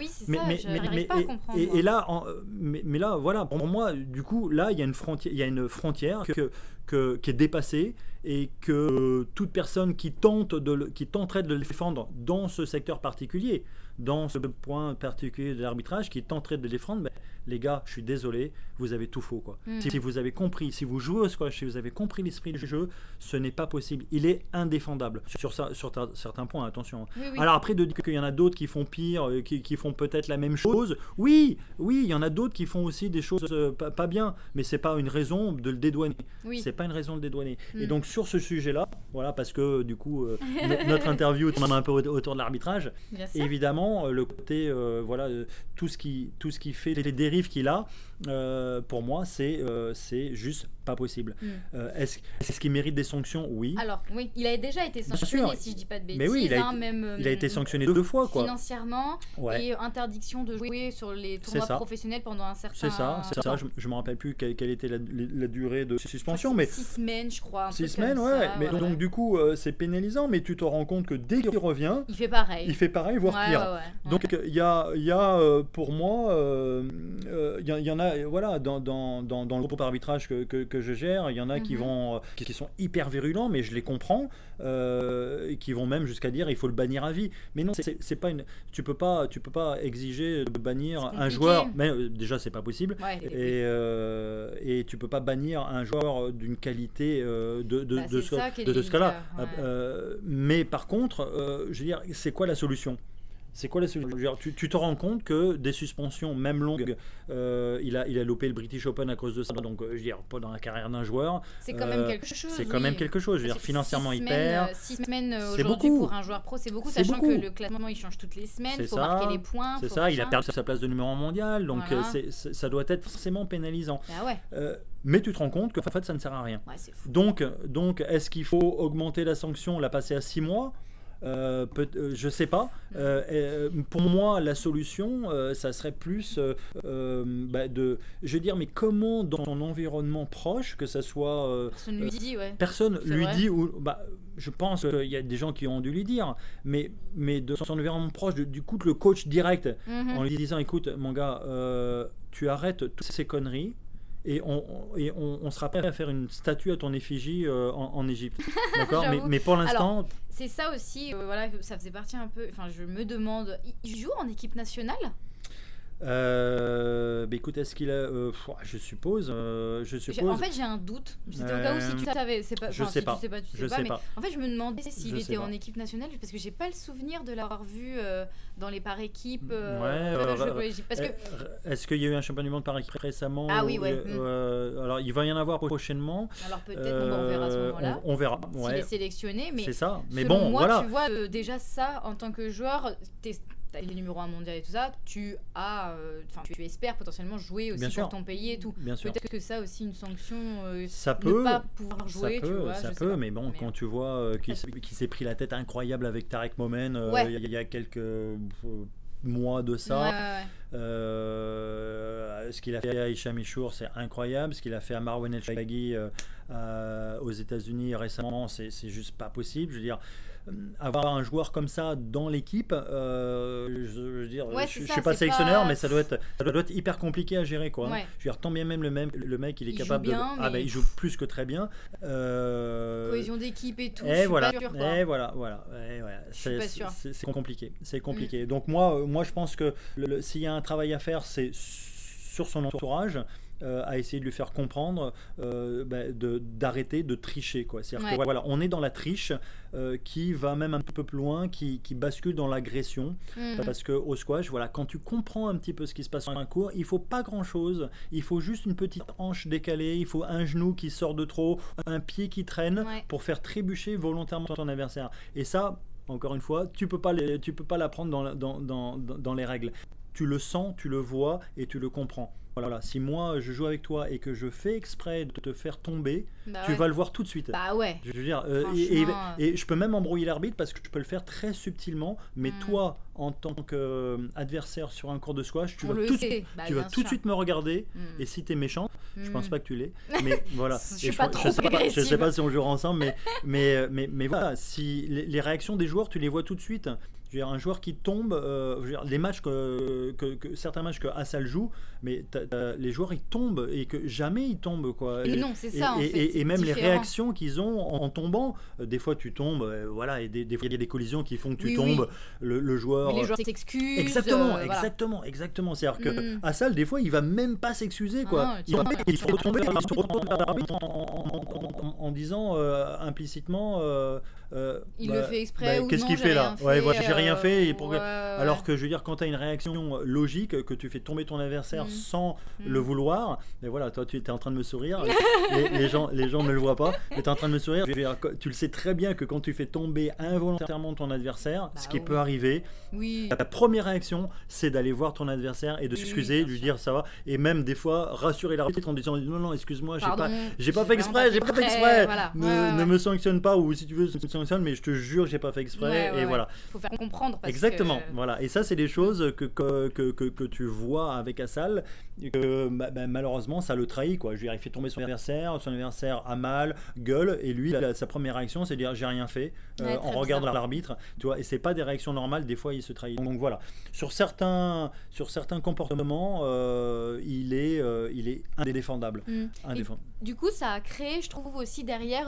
et là, mais là, voilà, pour moi, du coup, là, il y a une frontière qui est dépassée et que toute personne qui tenterait de le défendre dans ce secteur particulier, dans ce point particulier de l'arbitrage, qui tenterait de le défendre, les gars, je suis désolé, vous avez tout faux, quoi. Si vous avez compris, si vous jouez au squash, si vous avez compris l'esprit du jeu, ce n'est pas possible. Il est indéfendable sur certains points, attention. Alors après, de dire qu'il y en a d'autres qui font pire, qui font peut-être la même chose, oui, il y en a d'autres qui font aussi des choses pas bien, mais c'est pas une raison de le dédouaner. C'est pas une raison de le dédouaner. Et donc sur ce sujet-là, voilà, parce que du coup, notre interview tourne un peu autour de l'arbitrage, évidemment, le côté, tout ce qui fait les dérives qu'il a, pour moi, c'est juste pas possible. Est-ce qu'il mérite des sanctions? Oui. Alors, oui, il a déjà été sanctionné, si je dis pas de bêtises. Mais oui, il a été sanctionné 2 fois, quoi. Financièrement, et interdiction de jouer sur les tournois professionnels pendant un certain temps. C'est ça. Je me rappelle plus quelle était la durée de suspension, mais 6 semaines, je crois. 6 semaines, mais donc du coup, c'est pénalisant, mais tu te rends compte que dès qu'il revient, il fait pareil, voire pire. Donc il y a pour moi, il y en a, voilà, dans le groupe arbitrage que je gère, il y en a qui sont hyper virulents, mais je les comprends, qui vont même jusqu'à dire il faut le bannir à vie. Mais non, c'est pas tu peux pas exiger de bannir un joueur. Mais déjà c'est pas possible. Et tu peux pas bannir un joueur d'une qualité de ce cas-là. Mais par contre, je veux dire, c'est quoi la solution? C'est quoi la solution? Tu te rends compte que des suspensions, même longues, il a loupé le British Open à cause de ça. Donc, je veux dire, pas dans la carrière d'un joueur. C'est quand même quelque chose. C'est quand même quelque chose. Je veux dire, financièrement, il perd. 6 semaines aujourd'hui pour un joueur pro, c'est beaucoup, sachant que le classement il change toutes les semaines. Il faut marquer les points. C'est ça. Il a perdu sa place de numéro 1 mondial. Donc, ça doit être forcément pénalisant. Mais tu te rends compte qu'en fait, ça ne sert à rien. C'est fou. Donc, est-ce qu'il faut augmenter la sanction, la passer à 6 mois? Je sais pas. Pour moi, la solution, ça serait plus je veux dire, mais comment dans son environnement proche, que ça soit personne lui dit je pense qu'il y a des gens qui ont dû lui dire, mais de son environnement proche, du coup, le coach direct, en lui disant écoute, mon gars, tu arrêtes toutes ces conneries. Et on sera prêt à faire une statue à ton effigie en Égypte. D'accord. mais pour l'instant... Alors, c'est ça aussi, ça faisait partie un peu... Enfin, je me demande... Il joue en équipe nationale ? Écoute, est-ce qu'il a... je suppose. En fait, j'ai un doute. C'était au cas où si tu savais. Je sais pas. Mais en fait, je me demandais s'il était en équipe nationale, parce que j'ai pas le souvenir de l'avoir vu dans les par équipes. Est-ce qu'il y a eu un championnat du monde par équipe récemment? Ah oui, alors, il va y en avoir prochainement. Alors peut-être, on verra à ce moment-là. On verra. S'il est sélectionné, mais c'est ça. Mais selon bon, moi, voilà. Tu vois, déjà ça, en tant que joueur, t'as les numéros 1 mondial et tout ça, tu espères potentiellement jouer aussi pour ton pays et tout. Peut-être que ça aussi une sanction, ça ne peut, pas pouvoir jouer, ça peut, mais bon, quand tu vois qu'il s'est pris la tête incroyable avec Tarek Momen il y a quelques mois de ça. Ce qu'il a fait à Hicham Ichour, c'est incroyable. Ce qu'il a fait à Marwan El Shaghi aux États-Unis récemment, c'est juste pas possible. Je veux dire, avoir un joueur comme ça dans l'équipe, je veux dire, je ne suis pas c'est sélectionneur, mais ça doit être hyper compliqué à gérer, quoi. Ouais. Je veux dire, tant bien même le mec, il est capable bien, de... il joue plus que très bien. Cohésion d'équipe et tout. Et voilà, pas sûr, quoi. et voilà. C'est compliqué. C'est compliqué. Donc moi, je pense que s'il y a un travail à faire, c'est sur son entourage. À essayer de lui faire comprendre d'arrêter de tricher, quoi. C'est-à-dire que voilà, on est dans la triche qui va même un peu plus loin, qui bascule dans l'agression, parce que au squash, voilà, quand tu comprends un petit peu ce qui se passe sur un court, il faut pas grand-chose, il faut juste une petite hanche décalée, il faut un genou qui sort de trop, un pied qui traîne pour faire trébucher volontairement ton adversaire. Et ça, encore une fois, tu peux pas l'apprendre dans les règles. Tu le sens, tu le vois et tu le comprends. Voilà, si moi je joue avec toi et que je fais exprès de te faire tomber, tu vas le voir tout de suite. Bah ouais. Je veux dire, et je peux même embrouiller l'arbitre parce que je peux le faire très subtilement, mais toi, en tant qu'adversaire sur un court de squash, tu vas tout de suite me regarder, et si t'es méchante, je pense pas que tu l'es, mais voilà. Je sais pas si on jouera ensemble, mais voilà, si les réactions des joueurs, tu les vois tout de suite. Je veux dire, un joueur qui tombe, les matchs certains matchs que Assal joue, mais les joueurs ils tombent et que jamais ils tombent, quoi. Et non, c'est ça en fait. Et même différent. les réactions qu'ils ont en tombant, des fois tu tombes, voilà, et des fois il y a des collisions qui font que tu tombes. Le joueur. Mais les joueurs s'excusent. Exactement. C'est-à-dire que Assal, des fois, il va même pas s'excuser, quoi. Il se retrouve vers l'arbitre en disant implicitement. Il le fait exprès ou qu'est-ce non, qu'il fait là? Ouais, voilà, j'ai rien fait. Ouais. Alors que je veux dire, quand tu as une réaction logique, que tu fais tomber ton adversaire sans le vouloir, mais voilà, toi tu étais en train de me sourire, les gens ne le voient pas, mais tu es en train de me sourire. Je veux dire, tu le sais très bien que quand tu fais tomber involontairement ton adversaire, ce qui peut arriver, ta première réaction, c'est d'aller voir ton adversaire et de s'excuser, de lui dire ça va, et même des fois rassurer l'arbitre en disant non, excuse-moi, j'ai pas fait exprès, voilà. Ne me sanctionne pas, ou si tu veux, sanctionne, mais je te jure, j'ai pas fait exprès, et voilà. Faut faire comprendre. Exactement, voilà. Et ça, c'est des choses que tu vois avec Assal, que malheureusement, ça le trahit, quoi. Je veux dire, il fait tomber son adversaire a mal, gueule, et lui, sa première réaction, c'est de dire j'ai rien fait, en regardant l'arbitre, tu vois. Et c'est pas des réactions normales, des fois, il se trahit. Donc voilà. Sur certains comportements, il est indéfendable. Du coup, ça a créé, je trouve aussi derrière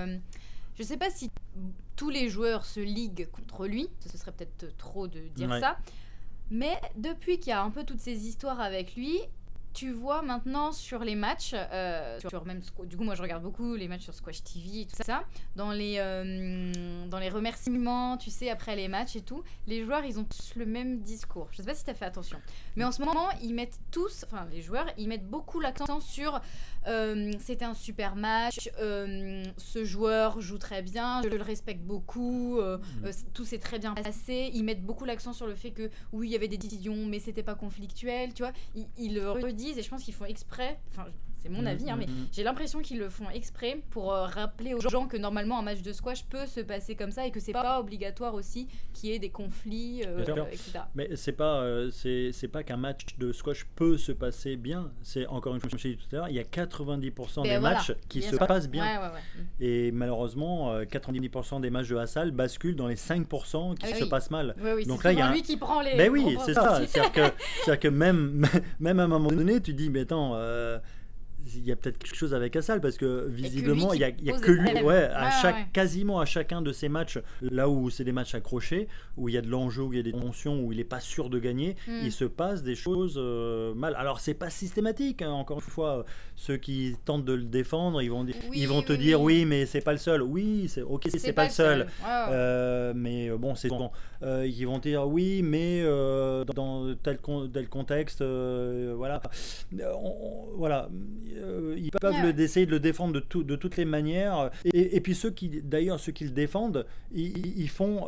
je sais pas si tous les joueurs se liguent contre lui, ce serait peut-être trop de dire ça, mais depuis qu'il y a un peu toutes ces histoires avec lui, tu vois maintenant sur les matchs, du coup moi je regarde beaucoup les matchs sur Squash TV et tout ça, dans les remerciements, tu sais, après les matchs et tout, les joueurs ils ont tous le même discours. Je sais pas si tu as fait attention, mais en ce moment les joueurs ils mettent beaucoup l'accent sur c'était un super match, ce joueur joue très bien, je le respecte beaucoup, tout s'est très bien passé. Ils mettent beaucoup l'accent sur le fait que oui il y avait des décisions mais c'était pas conflictuel, tu vois, ils le redisent, et je pense qu'ils font exprès, enfin c'est mon avis, mais j'ai l'impression qu'ils le font exprès pour rappeler aux gens que normalement un match de squash peut se passer comme ça et que c'est pas obligatoire aussi qu'il y ait des conflits, etc. Mais c'est pas qu'un match de squash peut se passer bien, c'est encore une fois, comme je l'ai dit tout à l'heure, il y a 90% des matchs qui se passent bien. Et malheureusement, 90% des matchs de Assal basculent dans les 5% qui se passent mal. Donc là, il y a lui qui prend les... Ben oui, c'est ça. C'est-à-dire que même à un moment donné, tu dis, mais attends... il y a peut-être quelque chose avec Assal, parce que visiblement il y a que lui, quasiment à chacun de ces matchs, là où c'est des matchs accrochés, où il y a de l'enjeu, où il y a des tensions, où il est pas sûr de gagner, il se passe des choses mal. Alors c'est pas systématique, hein, encore une fois, ceux qui tentent de le défendre, ils vont te dire oui, mais c'est pas le seul. Oui, c'est pas le seul. Mais bon, c'est souvent. Ils vont dire oui, mais dans tel contexte, voilà. Ils peuvent essayer de le défendre de toutes les manières, et puis ceux qui le défendent, ils font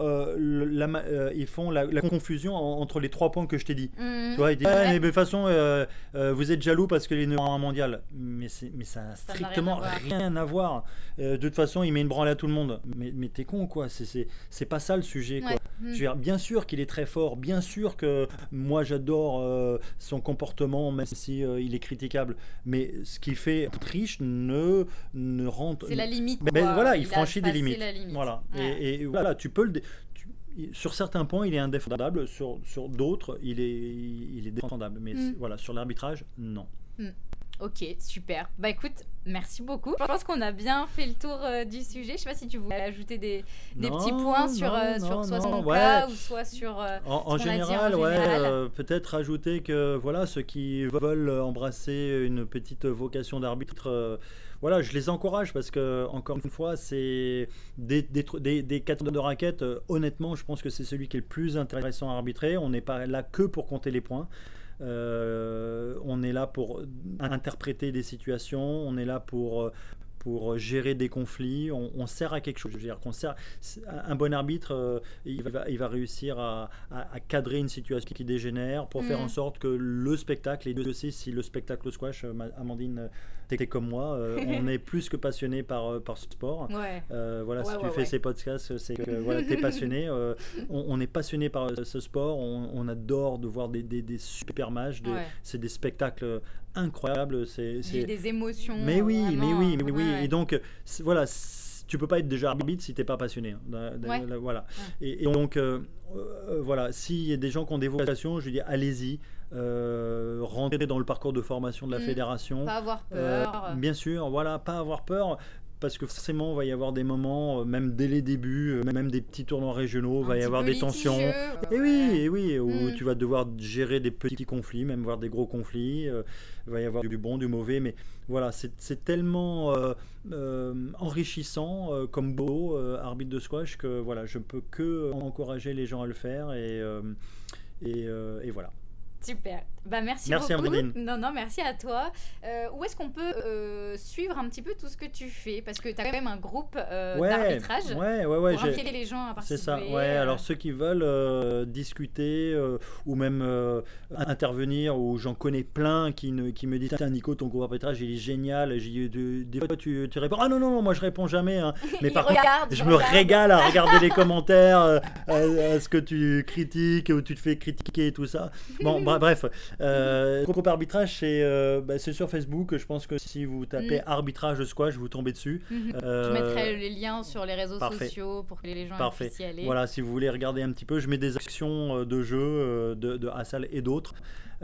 la confusion entre les 3 points que je t'ai dit. Tu vois, ils disent mais de toute façon vous êtes jaloux parce qu'il est numéro 1 mondial, mais ça n'a strictement rien à voir. De toute façon il met une branle à tout le monde, mais t'es con, quoi. C'est pas ça le sujet, quoi. Je veux dire, bien sûr qu'il est très fort, bien sûr que moi j'adore son comportement, même si il est critiquable, mais ce qui fait triche ne rentre. C'est la limite. Mais voilà, il franchit des limites. Limite. Voilà. Et voilà, tu peux sur certains points, il est indéfendable. Sur d'autres, il est défendable. Mais voilà, sur l'arbitrage, non. Ok, super. Bah écoute, merci beaucoup. Je pense qu'on a bien fait le tour du sujet. Je sais pas si tu voulais ajouter des petits points sur soit son cas ou soit sur en général, peut-être rajouter que voilà, ceux qui veulent embrasser une petite vocation d'arbitre, voilà, je les encourage parce que encore une fois, c'est des 4 de raquettes. Honnêtement, je pense que c'est celui qui est le plus intéressant à arbitrer. On n'est pas là que pour compter les points. On est là pour interpréter des situations, on est là pour gérer des conflits, on sert à quelque chose. Je veux dire qu'on sert, un bon arbitre, il va réussir à cadrer une situation qui dégénère pour faire en sorte que le spectacle, et Dieu sait si le spectacle au squash, Amandine, t'es comme moi, on est plus que passionné par ce sport. Voilà, si tu fais ces podcasts, c'est que voilà, t'es passionné. On est passionné par ce sport, on adore de voir des super matchs, c'est des spectacles incroyables. J'ai des émotions. Mais oui. Et donc, voilà, tu peux pas être déjà arbitre si t'es pas passionné. Voilà. Et donc, voilà, s'il y a des gens qui ont des vocations, je dis allez-y. Rentrer dans le parcours de formation de la fédération. Pas avoir peur. Bien sûr, voilà, pas avoir peur. Parce que forcément, il va y avoir des moments, même dès les débuts, même des petits tournois régionaux, il va y avoir des tensions. Et oui, où tu vas devoir gérer des petits conflits, même voir des gros conflits. Il va y avoir du bon, du mauvais. Mais voilà, c'est tellement enrichissant comme beau arbitre de squash que voilà, je ne peux que encourager les gens à le faire. Et voilà. Super. Bah merci beaucoup. Amandine. Non, merci à toi. Où est-ce qu'on peut suivre un petit peu tout ce que tu fais? Parce que tu as quand même un groupe d'arbitrage. Pour impliquer les gens à participer. C'est ça. Alors ceux qui veulent discuter ou même intervenir, ou j'en connais plein qui me disent tiens Nico, ton groupe d'arbitrage il est génial. Des fois tu réponds ah non, moi je réponds jamais. Hein. Mais par contre je me régale à regarder les commentaires, à ce que tu critiques ou tu te fais critiquer et tout ça. Bon bref. Groupe arbitrage, c'est sur Facebook. Je pense que si vous tapez arbitrage squash, vous tombez dessus. Je mettrai les liens sur les réseaux sociaux pour que les gens puissent y aller. Voilà, si vous voulez regarder un petit peu, je mets des actions de jeu de Hassal et d'autres.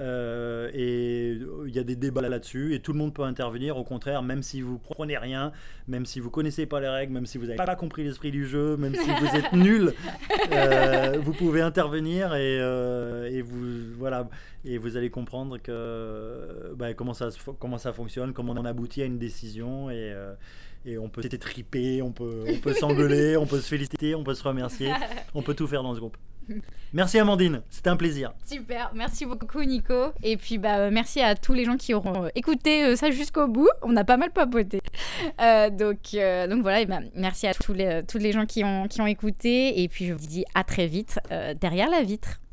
Et il y a des débats là-dessus et tout le monde peut intervenir. Au contraire, même si vous prenez rien, même si vous connaissez pas les règles, même si vous n'avez pas compris l'esprit du jeu, même si vous êtes nul, vous pouvez intervenir et vous allez comprendre comment ça fonctionne, comment on aboutit à une décision et on peut s'étriper, on peut s'engueuler, on peut se féliciter, on peut se remercier, on peut tout faire dans ce groupe. Merci Amandine, c'était un plaisir. Super, merci beaucoup Nico. Et puis merci à tous les gens qui auront écouté ça jusqu'au bout. On a pas mal papoté. Donc voilà, merci à tous les gens qui ont écouté. Et puis je vous dis à très vite derrière la vitre.